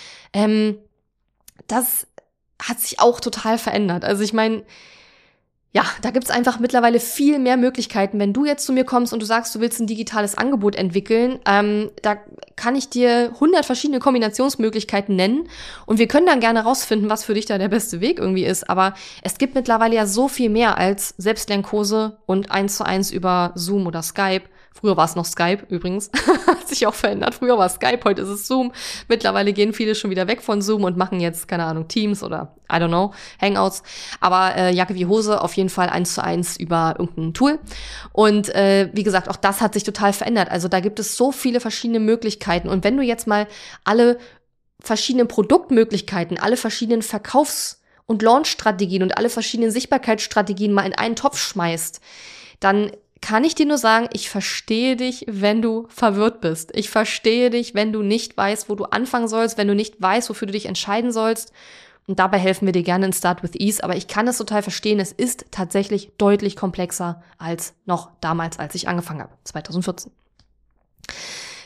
Das hat sich auch total verändert. Also ich meine, ja, da gibt's einfach mittlerweile viel mehr Möglichkeiten. Wenn du jetzt zu mir kommst und du sagst, du willst ein digitales Angebot entwickeln, da kann ich dir 100 verschiedene Kombinationsmöglichkeiten nennen und wir können dann gerne rausfinden, was für dich da der beste Weg irgendwie ist. Aber es gibt mittlerweile ja so viel mehr als Selbstlernkurse und 1:1 über Zoom oder Skype. Früher war es noch Skype übrigens, hat sich auch verändert. Früher war es Skype, heute ist es Zoom. Mittlerweile gehen viele schon wieder weg von Zoom und machen jetzt, keine Ahnung, Teams oder, I don't know, Hangouts. Aber Jacke wie Hose, auf jeden Fall 1:1 über irgendein Tool. Und wie gesagt, auch das hat sich total verändert. Also da gibt es so viele verschiedene Möglichkeiten. Und wenn du jetzt mal alle verschiedenen Produktmöglichkeiten, alle verschiedenen Verkaufs- und Launchstrategien und alle verschiedenen Sichtbarkeitsstrategien mal in einen Topf schmeißt, dann kann ich dir nur sagen, ich verstehe dich, wenn du verwirrt bist. Ich verstehe dich, wenn du nicht weißt, wo du anfangen sollst, wenn du nicht weißt, wofür du dich entscheiden sollst. Und dabei helfen wir dir gerne in Start with Ease. Aber ich kann es total verstehen, es ist tatsächlich deutlich komplexer als noch damals, als ich angefangen habe, 2014.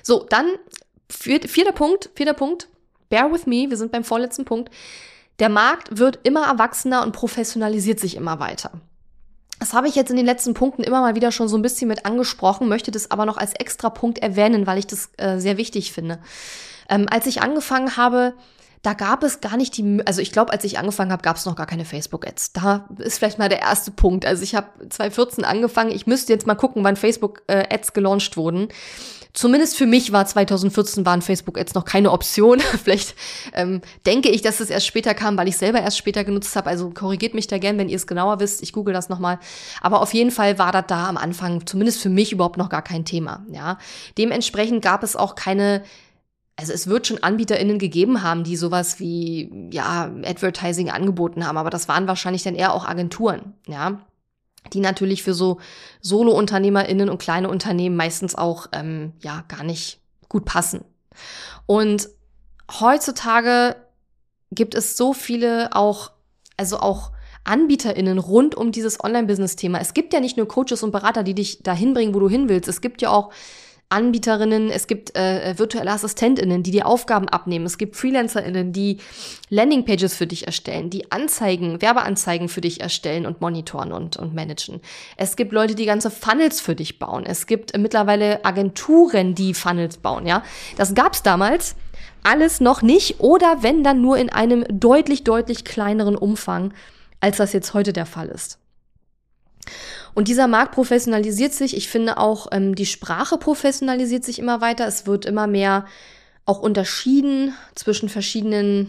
So, dann vierter Punkt, bear with me, wir sind beim vorletzten Punkt. Der Markt wird immer erwachsener und professionalisiert sich immer weiter. Das habe ich jetzt in den letzten Punkten immer mal wieder schon so ein bisschen mit angesprochen, möchte das aber noch als extra Punkt erwähnen, weil ich das sehr wichtig finde. Als ich angefangen habe, da gab es gar nicht also ich glaube, als ich angefangen habe, gab es noch gar keine Facebook-Ads. Da ist vielleicht mal der erste Punkt. Also ich habe 2014 angefangen, ich müsste jetzt mal gucken, wann Facebook-Ads gelauncht wurden. Zumindest für mich war 2014 waren Facebook-Ads noch keine Option. Vielleicht denke ich, dass es erst später kam, weil ich selber erst später genutzt habe. Also korrigiert mich da gern, wenn ihr es genauer wisst. Ich google das nochmal. Aber auf jeden Fall war das da am Anfang, zumindest für mich, überhaupt noch gar kein Thema. Ja, dementsprechend gab es auch keine. Also es wird schon AnbieterInnen gegeben haben, die sowas wie, ja, Advertising angeboten haben, aber das waren wahrscheinlich dann eher auch Agenturen, ja, die natürlich für so Solo-UnternehmerInnen und kleine Unternehmen meistens auch, ja, gar nicht gut passen. Und heutzutage gibt es so viele auch AnbieterInnen rund um dieses Online-Business-Thema. Es gibt ja nicht nur Coaches und Berater, die dich dahin bringen, wo du hin willst. Es gibt ja auch Anbieterinnen, es gibt virtuelle AssistentInnen, die dir Aufgaben abnehmen. Es gibt FreelancerInnen, die Landingpages für dich erstellen, die Werbeanzeigen für dich erstellen und monitoren und managen. Es gibt Leute, die ganze Funnels für dich bauen. Es gibt mittlerweile Agenturen, die Funnels bauen, ja. Das gab's damals alles noch nicht oder wenn, dann nur in einem deutlich, deutlich kleineren Umfang, als das jetzt heute der Fall ist. Und dieser Markt professionalisiert sich. Ich finde auch, die Sprache professionalisiert sich immer weiter. Es wird immer mehr auch unterschieden zwischen verschiedenen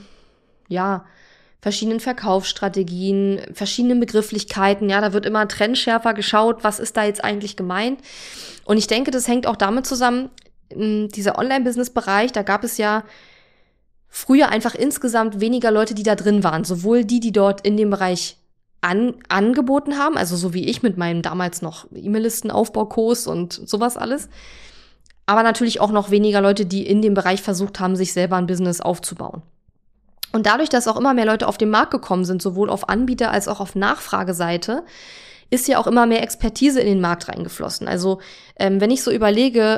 Verkaufsstrategien, verschiedenen Begrifflichkeiten. Ja, da wird immer trennschärfer geschaut, was ist da jetzt eigentlich gemeint. Und ich denke, das hängt auch damit zusammen, dieser Online-Business-Bereich, da gab es ja früher einfach insgesamt weniger Leute, die da drin waren. Sowohl die dort in dem Bereich angeboten haben, also so wie ich mit meinem damals noch E-Mail-Listenaufbaukurs und sowas alles. Aber natürlich auch noch weniger Leute, die in dem Bereich versucht haben, sich selber ein Business aufzubauen. Und dadurch, dass auch immer mehr Leute auf den Markt gekommen sind, sowohl auf Anbieter- als auch auf Nachfrageseite, ist ja auch immer mehr Expertise in den Markt reingeflossen. Also wenn ich so überlege,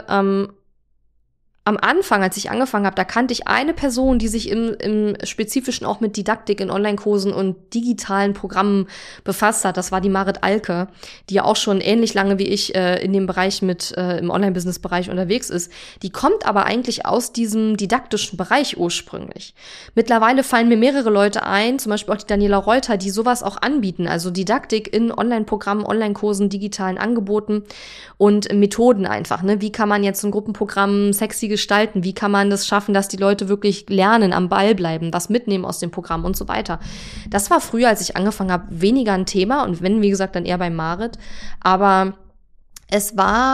am Anfang, als ich angefangen habe, da kannte ich eine Person, die sich im Spezifischen auch mit Didaktik in Online-Kursen und digitalen Programmen befasst hat. Das war die Marit Alke, die ja auch schon ähnlich lange wie ich in dem Bereich im Online-Business-Bereich unterwegs ist. Die kommt aber eigentlich aus diesem didaktischen Bereich ursprünglich. Mittlerweile fallen mir mehrere Leute ein, zum Beispiel auch die Daniela Reuter, die sowas auch anbieten, also Didaktik in Online-Programmen, Online-Kursen, digitalen Angeboten und Methoden einfach. Ne? Wie kann man jetzt ein Gruppenprogramm sexy gestalten? Wie kann man das schaffen, dass die Leute wirklich lernen, am Ball bleiben, was mitnehmen aus dem Programm und so weiter? Das war früher, als ich angefangen habe, weniger ein Thema und wenn, wie gesagt, dann eher bei Marit. Aber es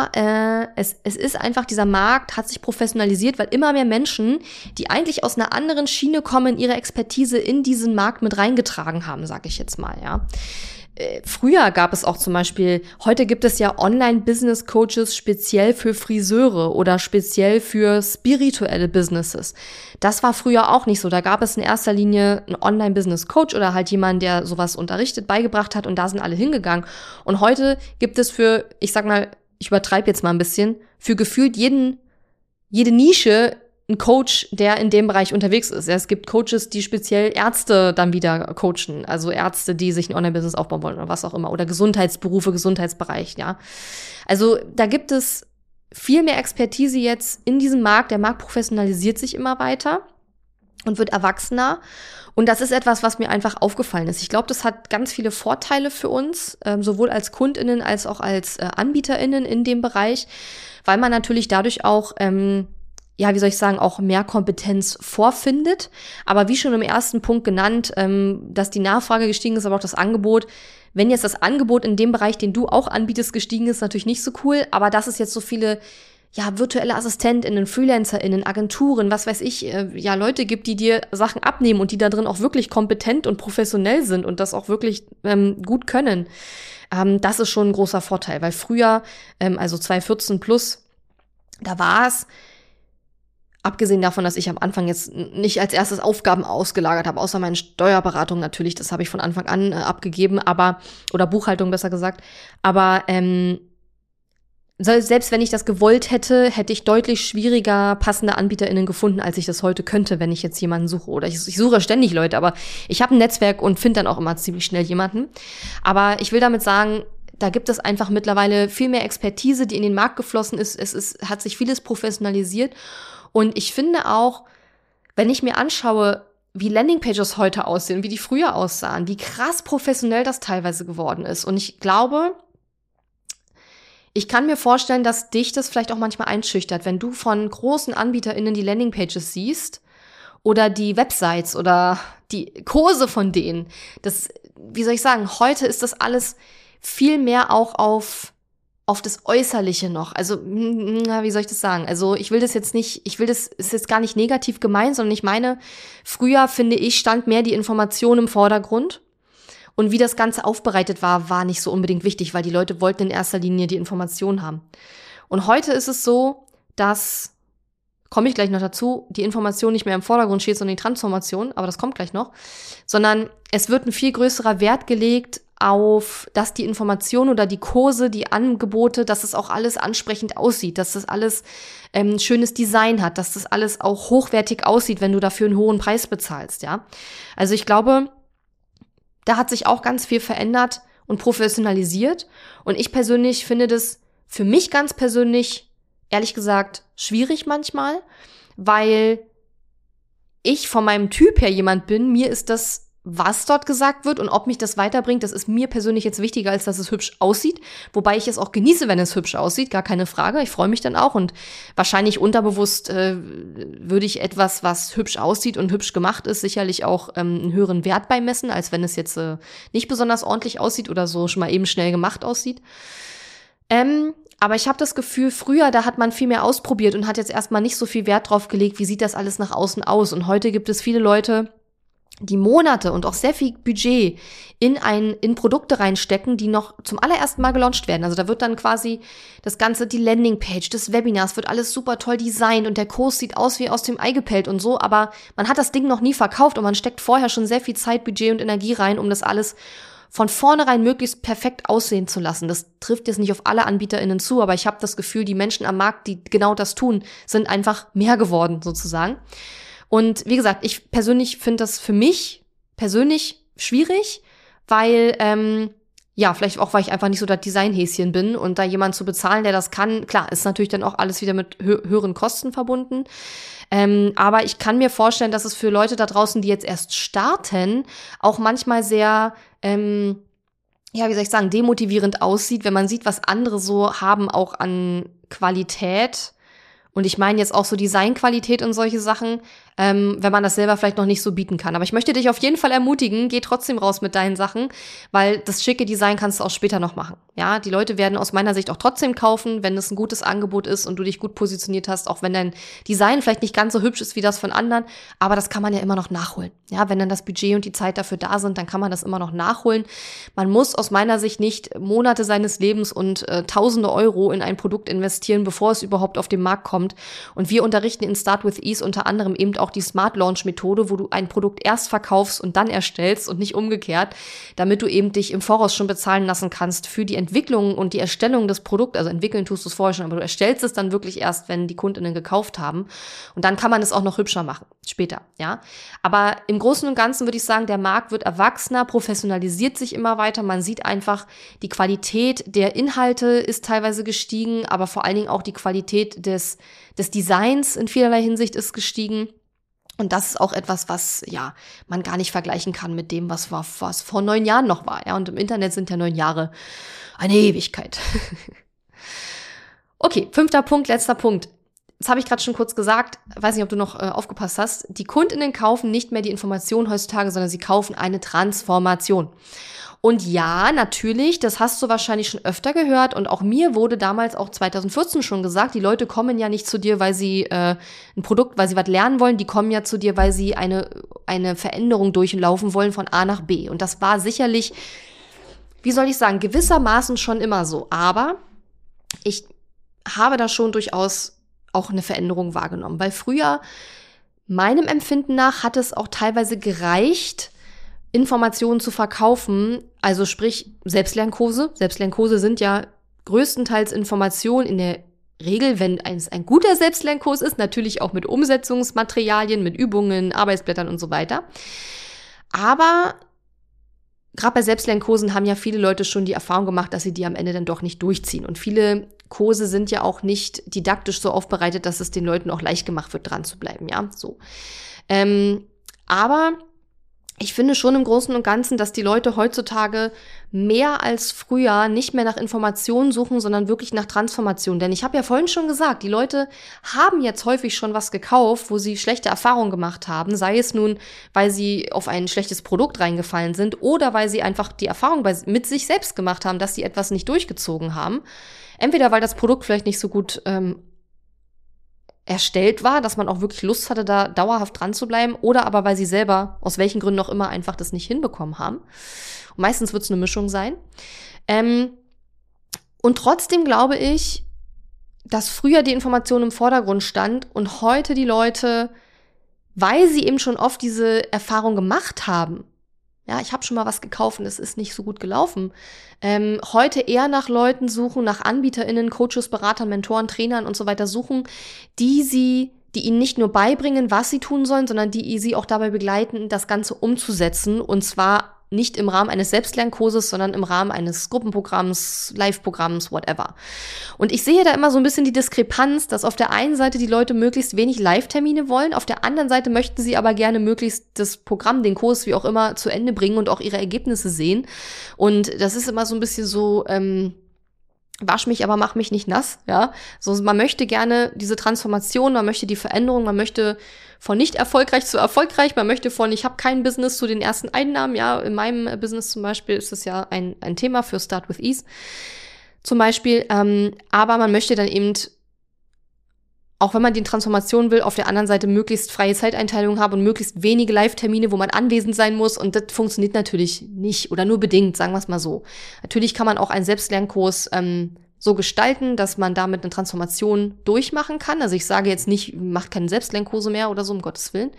ist einfach, dieser Markt hat sich professionalisiert, weil immer mehr Menschen, die eigentlich aus einer anderen Schiene kommen, ihre Expertise in diesen Markt mit reingetragen haben, sag ich jetzt mal, ja. Früher gab es auch zum Beispiel, heute gibt es ja Online-Business-Coaches speziell für Friseure oder speziell für spirituelle Businesses. Das war früher auch nicht so. Da gab es in erster Linie einen Online-Business-Coach oder halt jemanden, der sowas unterrichtet, beigebracht hat und da sind alle hingegangen. Und heute gibt es für, ich sag mal, ich übertreibe jetzt mal ein bisschen, für gefühlt jede Nische ein Coach, der in dem Bereich unterwegs ist. Es gibt Coaches, die speziell Ärzte dann wieder coachen, also Ärzte, die sich ein Online-Business aufbauen wollen oder was auch immer, oder Gesundheitsberufe, Gesundheitsbereich, ja. Also da gibt es viel mehr Expertise jetzt in diesem Markt. Der Markt professionalisiert sich immer weiter und wird erwachsener. Und das ist etwas, was mir einfach aufgefallen ist. Ich glaube, das hat ganz viele Vorteile für uns, sowohl als KundInnen als auch als AnbieterInnen in dem Bereich, weil man natürlich dadurch auch auch mehr Kompetenz vorfindet. Aber wie schon im ersten Punkt genannt, dass die Nachfrage gestiegen ist, aber auch das Angebot. Wenn jetzt das Angebot in dem Bereich, den du auch anbietest, gestiegen ist, natürlich nicht so cool. Aber dass es jetzt so viele virtuelle AssistentInnen, FreelancerInnen, Agenturen, was weiß ich, Leute gibt, die dir Sachen abnehmen und die da drin auch wirklich kompetent und professionell sind und das auch wirklich gut können. Das ist schon ein großer Vorteil, weil früher, also 2014 plus, da war es, abgesehen davon, dass ich am Anfang jetzt nicht als erstes Aufgaben ausgelagert habe, außer meine Steuerberatung natürlich, das habe ich von Anfang an abgegeben, oder Buchhaltung besser gesagt, aber Selbst wenn ich das gewollt hätte, hätte ich deutlich schwieriger passende AnbieterInnen gefunden, als ich das heute könnte, wenn ich jetzt jemanden suche. Oder ich suche ständig Leute, aber ich habe ein Netzwerk und finde dann auch immer ziemlich schnell jemanden. Aber ich will damit sagen, da gibt es einfach mittlerweile viel mehr Expertise, die in den Markt geflossen ist. Hat sich vieles professionalisiert. Und ich finde auch, wenn ich mir anschaue, wie Landingpages heute aussehen, wie die früher aussahen, wie krass professionell das teilweise geworden ist. Und ich glaube, ich kann mir vorstellen, dass dich das vielleicht auch manchmal einschüchtert, wenn du von großen AnbieterInnen die Landingpages siehst oder die Websites oder die Kurse von denen. Das, wie soll ich sagen, heute ist das alles viel mehr auch auf das Äußerliche noch. Also, wie soll ich das sagen? Also, ist jetzt gar nicht negativ gemeint, sondern ich meine, früher, finde ich, stand mehr die Information im Vordergrund. Und wie das Ganze aufbereitet war nicht so unbedingt wichtig, weil die Leute wollten in erster Linie die Information haben. Und heute ist es so, dass, komme ich gleich noch dazu, die Information nicht mehr im Vordergrund steht, sondern die Transformation, aber das kommt gleich noch, sondern es wird ein viel größerer Wert gelegt auf, dass die Information oder die Kurse, die Angebote, dass es auch alles ansprechend aussieht, dass das alles schönes Design hat, dass das alles auch hochwertig aussieht, wenn du dafür einen hohen Preis bezahlst, ja. Also ich glaube, da hat sich auch ganz viel verändert und professionalisiert. Und ich persönlich finde das für mich ganz persönlich, ehrlich gesagt, schwierig manchmal, weil ich von meinem Typ her jemand bin, mir ist das, was dort gesagt wird und ob mich das weiterbringt, das ist mir persönlich jetzt wichtiger, als dass es hübsch aussieht. Wobei ich es auch genieße, wenn es hübsch aussieht, gar keine Frage. Ich freue mich dann auch und wahrscheinlich unterbewusst würde ich etwas, was hübsch aussieht und hübsch gemacht ist, sicherlich auch einen höheren Wert beimessen, als wenn es jetzt nicht besonders ordentlich aussieht oder so schon mal eben schnell gemacht aussieht. Aber ich habe das Gefühl, früher, da hat man viel mehr ausprobiert und hat jetzt erstmal nicht so viel Wert drauf gelegt, wie sieht das alles nach außen aus. Und heute gibt es viele Leute, die Monate und auch sehr viel Budget in Produkte reinstecken, die noch zum allerersten Mal gelauncht werden. Also da wird dann quasi das Ganze, die Landingpage des Webinars wird alles super toll designt und der Kurs sieht aus wie aus dem Ei gepellt und so, aber man hat das Ding noch nie verkauft und man steckt vorher schon sehr viel Zeit, Budget und Energie rein, um das alles von vornherein möglichst perfekt aussehen zu lassen. Das trifft jetzt nicht auf alle AnbieterInnen zu, aber ich habe das Gefühl, die Menschen am Markt, die genau das tun, sind einfach mehr geworden sozusagen. Und wie gesagt, ich persönlich finde das für mich persönlich schwierig, weil, vielleicht auch, weil ich einfach nicht so das Designhäschen bin und da jemand zu bezahlen, der das kann, klar, ist natürlich dann auch alles wieder mit höheren Kosten verbunden. Aber ich kann mir vorstellen, dass es für Leute da draußen, die jetzt erst starten, auch manchmal sehr, demotivierend aussieht, wenn man sieht, was andere so haben, auch an Qualität. Und ich meine jetzt auch so Designqualität und solche Sachen, wenn man das selber vielleicht noch nicht so bieten kann. Aber ich möchte dich auf jeden Fall ermutigen, geh trotzdem raus mit deinen Sachen, weil das schicke Design kannst du auch später noch machen. Ja, die Leute werden aus meiner Sicht auch trotzdem kaufen, wenn es ein gutes Angebot ist und du dich gut positioniert hast, auch wenn dein Design vielleicht nicht ganz so hübsch ist wie das von anderen, aber das kann man ja immer noch nachholen. Ja, wenn dann das Budget und die Zeit dafür da sind, dann kann man das immer noch nachholen. Man muss aus meiner Sicht nicht Monate seines Lebens und Tausende Euro in ein Produkt investieren, bevor es überhaupt auf den Markt kommt. Und wir unterrichten in Start with Ease unter anderem eben auch die Smart Launch Methode, wo du ein Produkt erst verkaufst und dann erstellst und nicht umgekehrt, damit du eben dich im Voraus schon bezahlen lassen kannst für die Entwicklung und die Erstellung des Produkts. Also entwickeln tust du es vorher schon, aber du erstellst es dann wirklich erst, wenn die KundInnen gekauft haben. Und dann kann man es auch noch hübscher machen, später, ja. Aber im Großen und Ganzen würde ich sagen, der Markt wird erwachsener, professionalisiert sich immer weiter. Man sieht einfach, die Qualität der Inhalte ist teilweise gestiegen, aber vor allen Dingen auch die Qualität des Designs in vielerlei Hinsicht ist gestiegen. Und das ist auch etwas, was man gar nicht vergleichen kann mit dem, was vor 9 Jahren noch war. Ja, und im Internet sind ja 9 Jahre eine Ewigkeit. Okay, 5. Punkt, letzter Punkt. Das habe ich gerade schon kurz gesagt. Weiß nicht, ob du noch aufgepasst hast. Die KundInnen kaufen nicht mehr die Information heutzutage, sondern sie kaufen eine Transformation. Und ja, natürlich, das hast du wahrscheinlich schon öfter gehört und auch mir wurde damals auch 2014 schon gesagt, die Leute kommen ja nicht zu dir, weil sie ein Produkt, weil sie was lernen wollen, die kommen ja zu dir, weil sie eine Veränderung durchlaufen wollen von A nach B. Und das war sicherlich, wie soll ich sagen, gewissermaßen schon immer so. Aber ich habe da schon durchaus auch eine Veränderung wahrgenommen, weil früher, meinem Empfinden nach, hat es auch teilweise gereicht, Informationen zu verkaufen, also sprich Selbstlernkurse. Selbstlernkurse sind ja größtenteils Informationen in der Regel, wenn es ein guter Selbstlernkurs ist, natürlich auch mit Umsetzungsmaterialien, mit Übungen, Arbeitsblättern und so weiter. Aber gerade bei Selbstlernkursen haben ja viele Leute schon die Erfahrung gemacht, dass sie die am Ende dann doch nicht durchziehen. Und viele Kurse sind ja auch nicht didaktisch so aufbereitet, dass es den Leuten auch leicht gemacht wird, dran zu bleiben, ja, so. Aber ich finde schon im Großen und Ganzen, dass die Leute heutzutage mehr als früher nicht mehr nach Informationen suchen, sondern wirklich nach Transformation. Denn ich habe ja vorhin schon gesagt, die Leute haben jetzt häufig schon was gekauft, wo sie schlechte Erfahrungen gemacht haben, sei es nun, weil sie auf ein schlechtes Produkt reingefallen sind oder weil sie einfach die Erfahrung mit sich selbst gemacht haben, dass sie etwas nicht durchgezogen haben. Entweder weil das Produkt vielleicht nicht so gut erstellt war, dass man auch wirklich Lust hatte, da dauerhaft dran zu bleiben, oder aber weil sie selber, aus welchen Gründen auch immer, einfach das nicht hinbekommen haben. Und meistens wird es eine Mischung sein. Und trotzdem glaube ich, dass früher die Information im Vordergrund stand und heute die Leute, weil sie eben schon oft diese Erfahrung gemacht haben, ja, ich habe schon mal was gekauft und es ist nicht so gut gelaufen, heute eher nach Leuten suchen, nach AnbieterInnen, Coaches, Beratern, Mentoren, Trainern und so weiter suchen, die ihnen nicht nur beibringen, was sie tun sollen, sondern die sie auch dabei begleiten, das Ganze umzusetzen, und zwar nicht im Rahmen eines Selbstlernkurses, sondern im Rahmen eines Gruppenprogramms, Live-Programms, whatever. Und ich sehe da immer so ein bisschen die Diskrepanz, dass auf der einen Seite die Leute möglichst wenig Live-Termine wollen, auf der anderen Seite möchten sie aber gerne möglichst das Programm, den Kurs, wie auch immer, zu Ende bringen und auch ihre Ergebnisse sehen. Und das ist immer so ein bisschen so, wasch mich, aber mach mich nicht nass, ja. So, man möchte gerne diese Transformation, man möchte die Veränderung, man möchte von nicht erfolgreich zu erfolgreich, man möchte von ich habe kein Business zu den ersten Einnahmen, ja. In meinem Business zum Beispiel ist es ja ein Thema für Start with Ease zum Beispiel, aber man möchte dann eben, auch wenn man die Transformation will, auf der anderen Seite möglichst freie Zeiteinteilung haben und möglichst wenige Live-Termine, wo man anwesend sein muss. Und das funktioniert natürlich nicht oder nur bedingt, sagen wir es mal so. Natürlich kann man auch einen Selbstlernkurs so gestalten, dass man damit eine Transformation durchmachen kann. Also ich sage jetzt nicht, macht keine Selbstlernkurse mehr oder so, um Gottes Willen.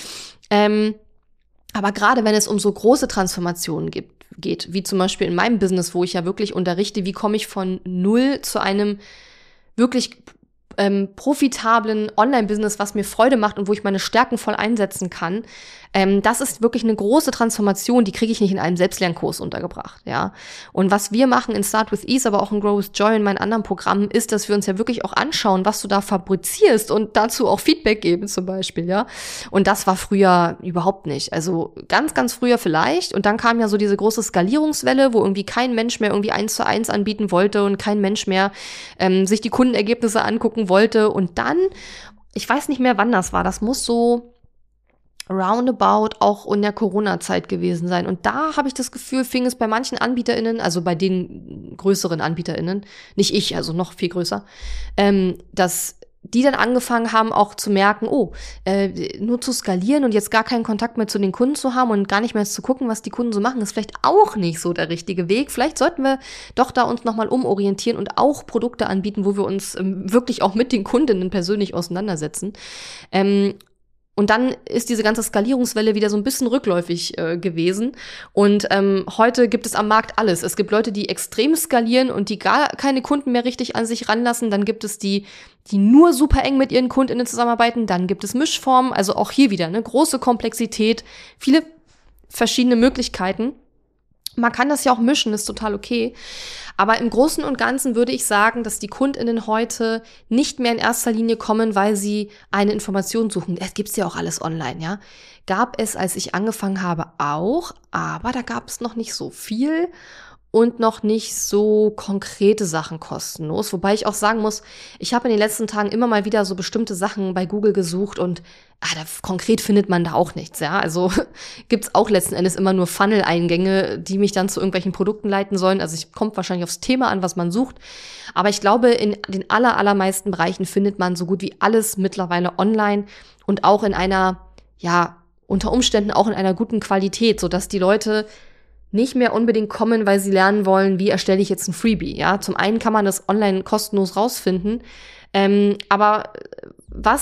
Aber gerade wenn es um so große Transformationen geht, wie zum Beispiel in meinem Business, wo ich ja wirklich unterrichte, wie komme ich von null zu einem wirklich profitablen Online-Business, was mir Freude macht und wo ich meine Stärken voll einsetzen kann. Das ist wirklich eine große Transformation, die kriege ich nicht in einem Selbstlernkurs untergebracht, ja. Und was wir machen in Start with Ease, aber auch in Grow with Joy in meinen anderen Programmen, ist, dass wir uns ja wirklich auch anschauen, was du da fabrizierst und dazu auch Feedback geben zum Beispiel, ja. Und das war früher überhaupt nicht. Also ganz, ganz früher vielleicht. Und dann kam ja so diese große Skalierungswelle, wo irgendwie kein Mensch mehr irgendwie 1:1 anbieten wollte und kein Mensch mehr sich die Kundenergebnisse angucken wollte. Und dann, ich weiß nicht mehr, wann das war, das muss so roundabout auch in der Corona-Zeit gewesen sein. Und da habe ich das Gefühl, fing es bei manchen AnbieterInnen, also bei den größeren AnbieterInnen, nicht ich, also noch viel größer, dass die dann angefangen haben auch zu merken, nur zu skalieren und jetzt gar keinen Kontakt mehr zu den Kunden zu haben und gar nicht mehr zu gucken, was die Kunden so machen, ist vielleicht auch nicht so der richtige Weg. Vielleicht sollten wir doch da uns nochmal umorientieren und auch Produkte anbieten, wo wir uns wirklich auch mit den Kundinnen persönlich auseinandersetzen. Und dann ist diese ganze Skalierungswelle wieder so ein bisschen rückläufig gewesen. Und heute gibt es am Markt alles. Es gibt Leute, die extrem skalieren und die gar keine Kunden mehr richtig an sich ranlassen. Dann gibt es die nur super eng mit ihren KundInnen zusammenarbeiten. Dann gibt es Mischformen. Also auch hier wieder eine große Komplexität, viele verschiedene Möglichkeiten. Man kann das ja auch mischen, ist total okay. Aber im Großen und Ganzen würde ich sagen, dass die KundInnen heute nicht mehr in erster Linie kommen, weil sie eine Information suchen. Es gibt's ja auch alles online, ja. Gab es, als ich angefangen habe, auch, aber da gab es noch nicht so viel und noch nicht so konkrete Sachen kostenlos. Wobei ich auch sagen muss, ich habe in den letzten Tagen immer mal wieder so bestimmte Sachen bei Google gesucht und konkret findet man da auch nichts, ja. Also gibt's auch letzten Endes immer nur Funnel-Eingänge, die mich dann zu irgendwelchen Produkten leiten sollen. Also es kommt wahrscheinlich aufs Thema an, was man sucht. Aber ich glaube, in den allermeisten Bereichen findet man so gut wie alles mittlerweile online und auch in einer, ja, unter Umständen auch in einer guten Qualität, sodass die Leute nicht mehr unbedingt kommen, weil sie lernen wollen, wie erstelle ich jetzt ein Freebie, ja. Zum einen kann man das online kostenlos rausfinden, aber was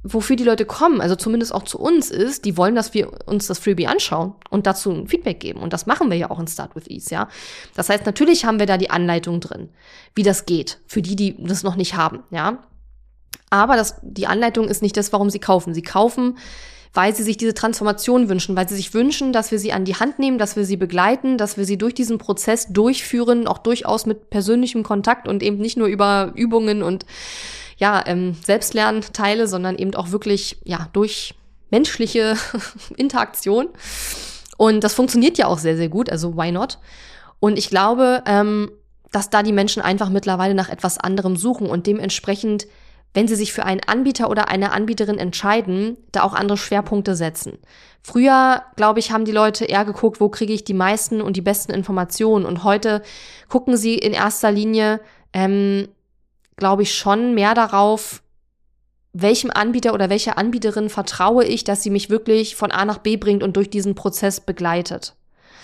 wofür die Leute kommen, also zumindest auch zu uns ist, die wollen, dass wir uns das Freebie anschauen und dazu ein Feedback geben. Und das machen wir ja auch in Start with Ease, ja. Das heißt, natürlich haben wir da die Anleitung drin, wie das geht, für die, die das noch nicht haben, ja. Aber die Anleitung ist nicht das, warum sie kaufen. Sie kaufen, weil sie sich diese Transformation wünschen, weil sie sich wünschen, dass wir sie an die Hand nehmen, dass wir sie begleiten, dass wir sie durch diesen Prozess durchführen, auch durchaus mit persönlichem Kontakt und eben nicht nur über Übungen und Selbstlernteile, sondern eben auch wirklich durch menschliche Interaktion. Und das funktioniert ja auch sehr, sehr gut, also why not? Und ich glaube, dass da die Menschen einfach mittlerweile nach etwas anderem suchen und dementsprechend, wenn sie sich für einen Anbieter oder eine Anbieterin entscheiden, da auch andere Schwerpunkte setzen. Früher, glaube ich, haben die Leute eher geguckt, wo kriege ich die meisten und die besten Informationen. Und heute gucken sie in erster Linie, glaube ich, schon mehr darauf, welchem Anbieter oder welcher Anbieterin vertraue ich, dass sie mich wirklich von A nach B bringt und durch diesen Prozess begleitet.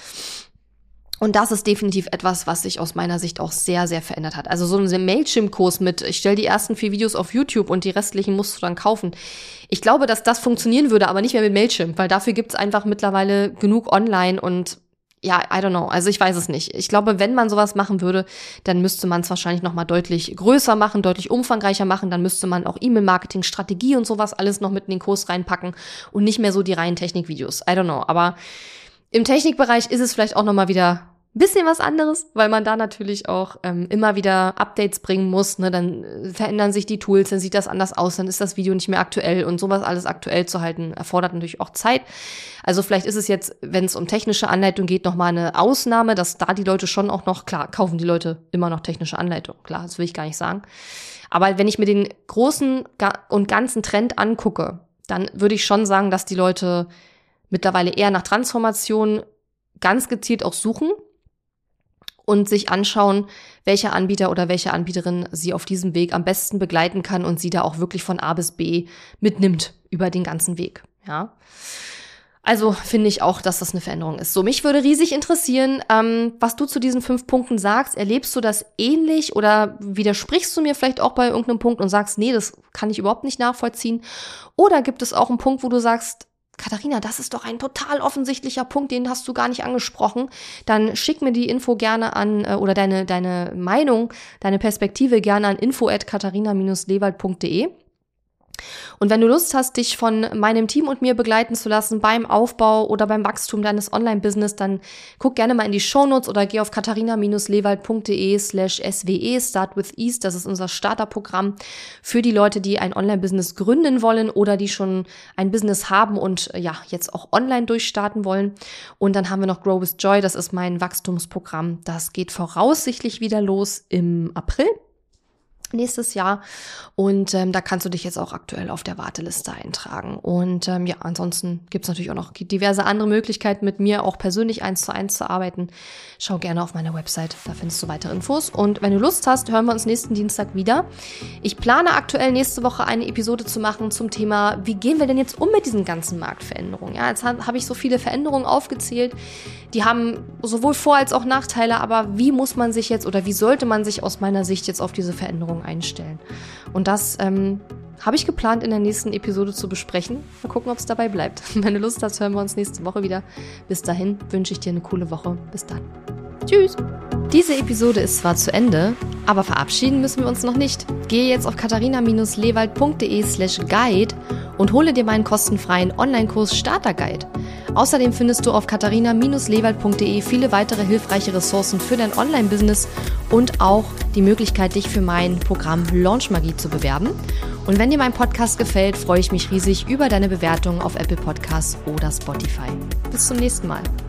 Und das ist definitiv etwas, was sich aus meiner Sicht auch sehr, sehr verändert hat. Also so ein Mailchimp-Kurs mit, ich stelle die ersten 4 Videos auf YouTube und die restlichen musst du dann kaufen. Ich glaube, dass das funktionieren würde, aber nicht mehr mit Mailchimp, weil dafür gibt's einfach mittlerweile genug online und I don't know. Also ich weiß es nicht. Ich glaube, wenn man sowas machen würde, dann müsste man es wahrscheinlich noch mal deutlich größer machen, deutlich umfangreicher machen. Dann müsste man auch E-Mail-Marketing, Strategie und sowas alles noch mit in den Kurs reinpacken und nicht mehr so die reinen Technikvideos. I don't know. Aber im Technikbereich ist es vielleicht auch noch mal wieder ein bisschen was anderes, weil man da natürlich auch immer wieder Updates bringen muss. Ne? Dann verändern sich die Tools, dann sieht das anders aus, dann ist das Video nicht mehr aktuell und sowas alles aktuell zu halten, erfordert natürlich auch Zeit. Also vielleicht ist es jetzt, wenn es um technische Anleitung geht, nochmal eine Ausnahme, dass da die Leute schon auch noch, klar, kaufen die Leute immer noch technische Anleitung. Klar, das will ich gar nicht sagen. Aber wenn ich mir den großen und ganzen Trend angucke, dann würde ich schon sagen, dass die Leute mittlerweile eher nach Transformation ganz gezielt auch suchen und sich anschauen, welcher Anbieter oder welche Anbieterin sie auf diesem Weg am besten begleiten kann und sie da auch wirklich von A bis B mitnimmt über den ganzen Weg, ja. Also finde ich auch, dass das eine Veränderung ist. So, mich würde riesig interessieren, was du zu diesen 5 Punkten sagst. Erlebst du das ähnlich oder widersprichst du mir vielleicht auch bei irgendeinem Punkt und sagst, nee, das kann ich überhaupt nicht nachvollziehen? Oder gibt es auch einen Punkt, wo du sagst, Katharina, das ist doch ein total offensichtlicher Punkt, den hast du gar nicht angesprochen. Dann schick mir die Info gerne an oder deine Meinung, deine Perspektive gerne an info@katharina-lewald.de. Und wenn du Lust hast, dich von meinem Team und mir begleiten zu lassen beim Aufbau oder beim Wachstum deines Online-Business, dann guck gerne mal in die Shownotes oder geh auf katharina-lewald.de/SWE, Start with Ease. Das ist unser Starterprogramm für die Leute, die ein Online-Business gründen wollen oder die schon ein Business haben und jetzt auch online durchstarten wollen. Und dann haben wir noch Grow with Joy, das ist mein Wachstumsprogramm. Das geht voraussichtlich wieder los im April nächstes Jahr und da kannst du dich jetzt auch aktuell auf der Warteliste eintragen und ansonsten gibt's natürlich auch noch diverse andere Möglichkeiten, mit mir auch persönlich 1:1 zu arbeiten. Schau gerne auf meiner Website, da findest du weitere Infos und wenn du Lust hast, hören wir uns nächsten Dienstag wieder. Ich plane aktuell nächste Woche eine Episode zu machen zum Thema, wie gehen wir denn jetzt um mit diesen ganzen Marktveränderungen? Ja, jetzt habe ich so viele Veränderungen aufgezählt, die haben sowohl Vor- als auch Nachteile, aber wie muss man sich jetzt oder wie sollte man sich aus meiner Sicht jetzt auf diese Veränderungen einstellen? Und das habe ich geplant, in der nächsten Episode zu besprechen. Mal gucken, ob es dabei bleibt. Wenn du Lust hast, hören wir uns nächste Woche wieder. Bis dahin wünsche ich dir eine coole Woche. Bis dann. Tschüss! Diese Episode ist zwar zu Ende, aber verabschieden müssen wir uns noch nicht. Gehe jetzt auf katharina-lewald.de/guide und hole dir meinen kostenfreien Online-Kurs Starter-Guide. Außerdem findest du auf katharina-lewald.de viele weitere hilfreiche Ressourcen für dein Online-Business und auch die Möglichkeit, dich für mein Programm Launch Magie zu bewerben. Und wenn dir mein Podcast gefällt, freue ich mich riesig über deine Bewertung auf Apple Podcasts oder Spotify. Bis zum nächsten Mal.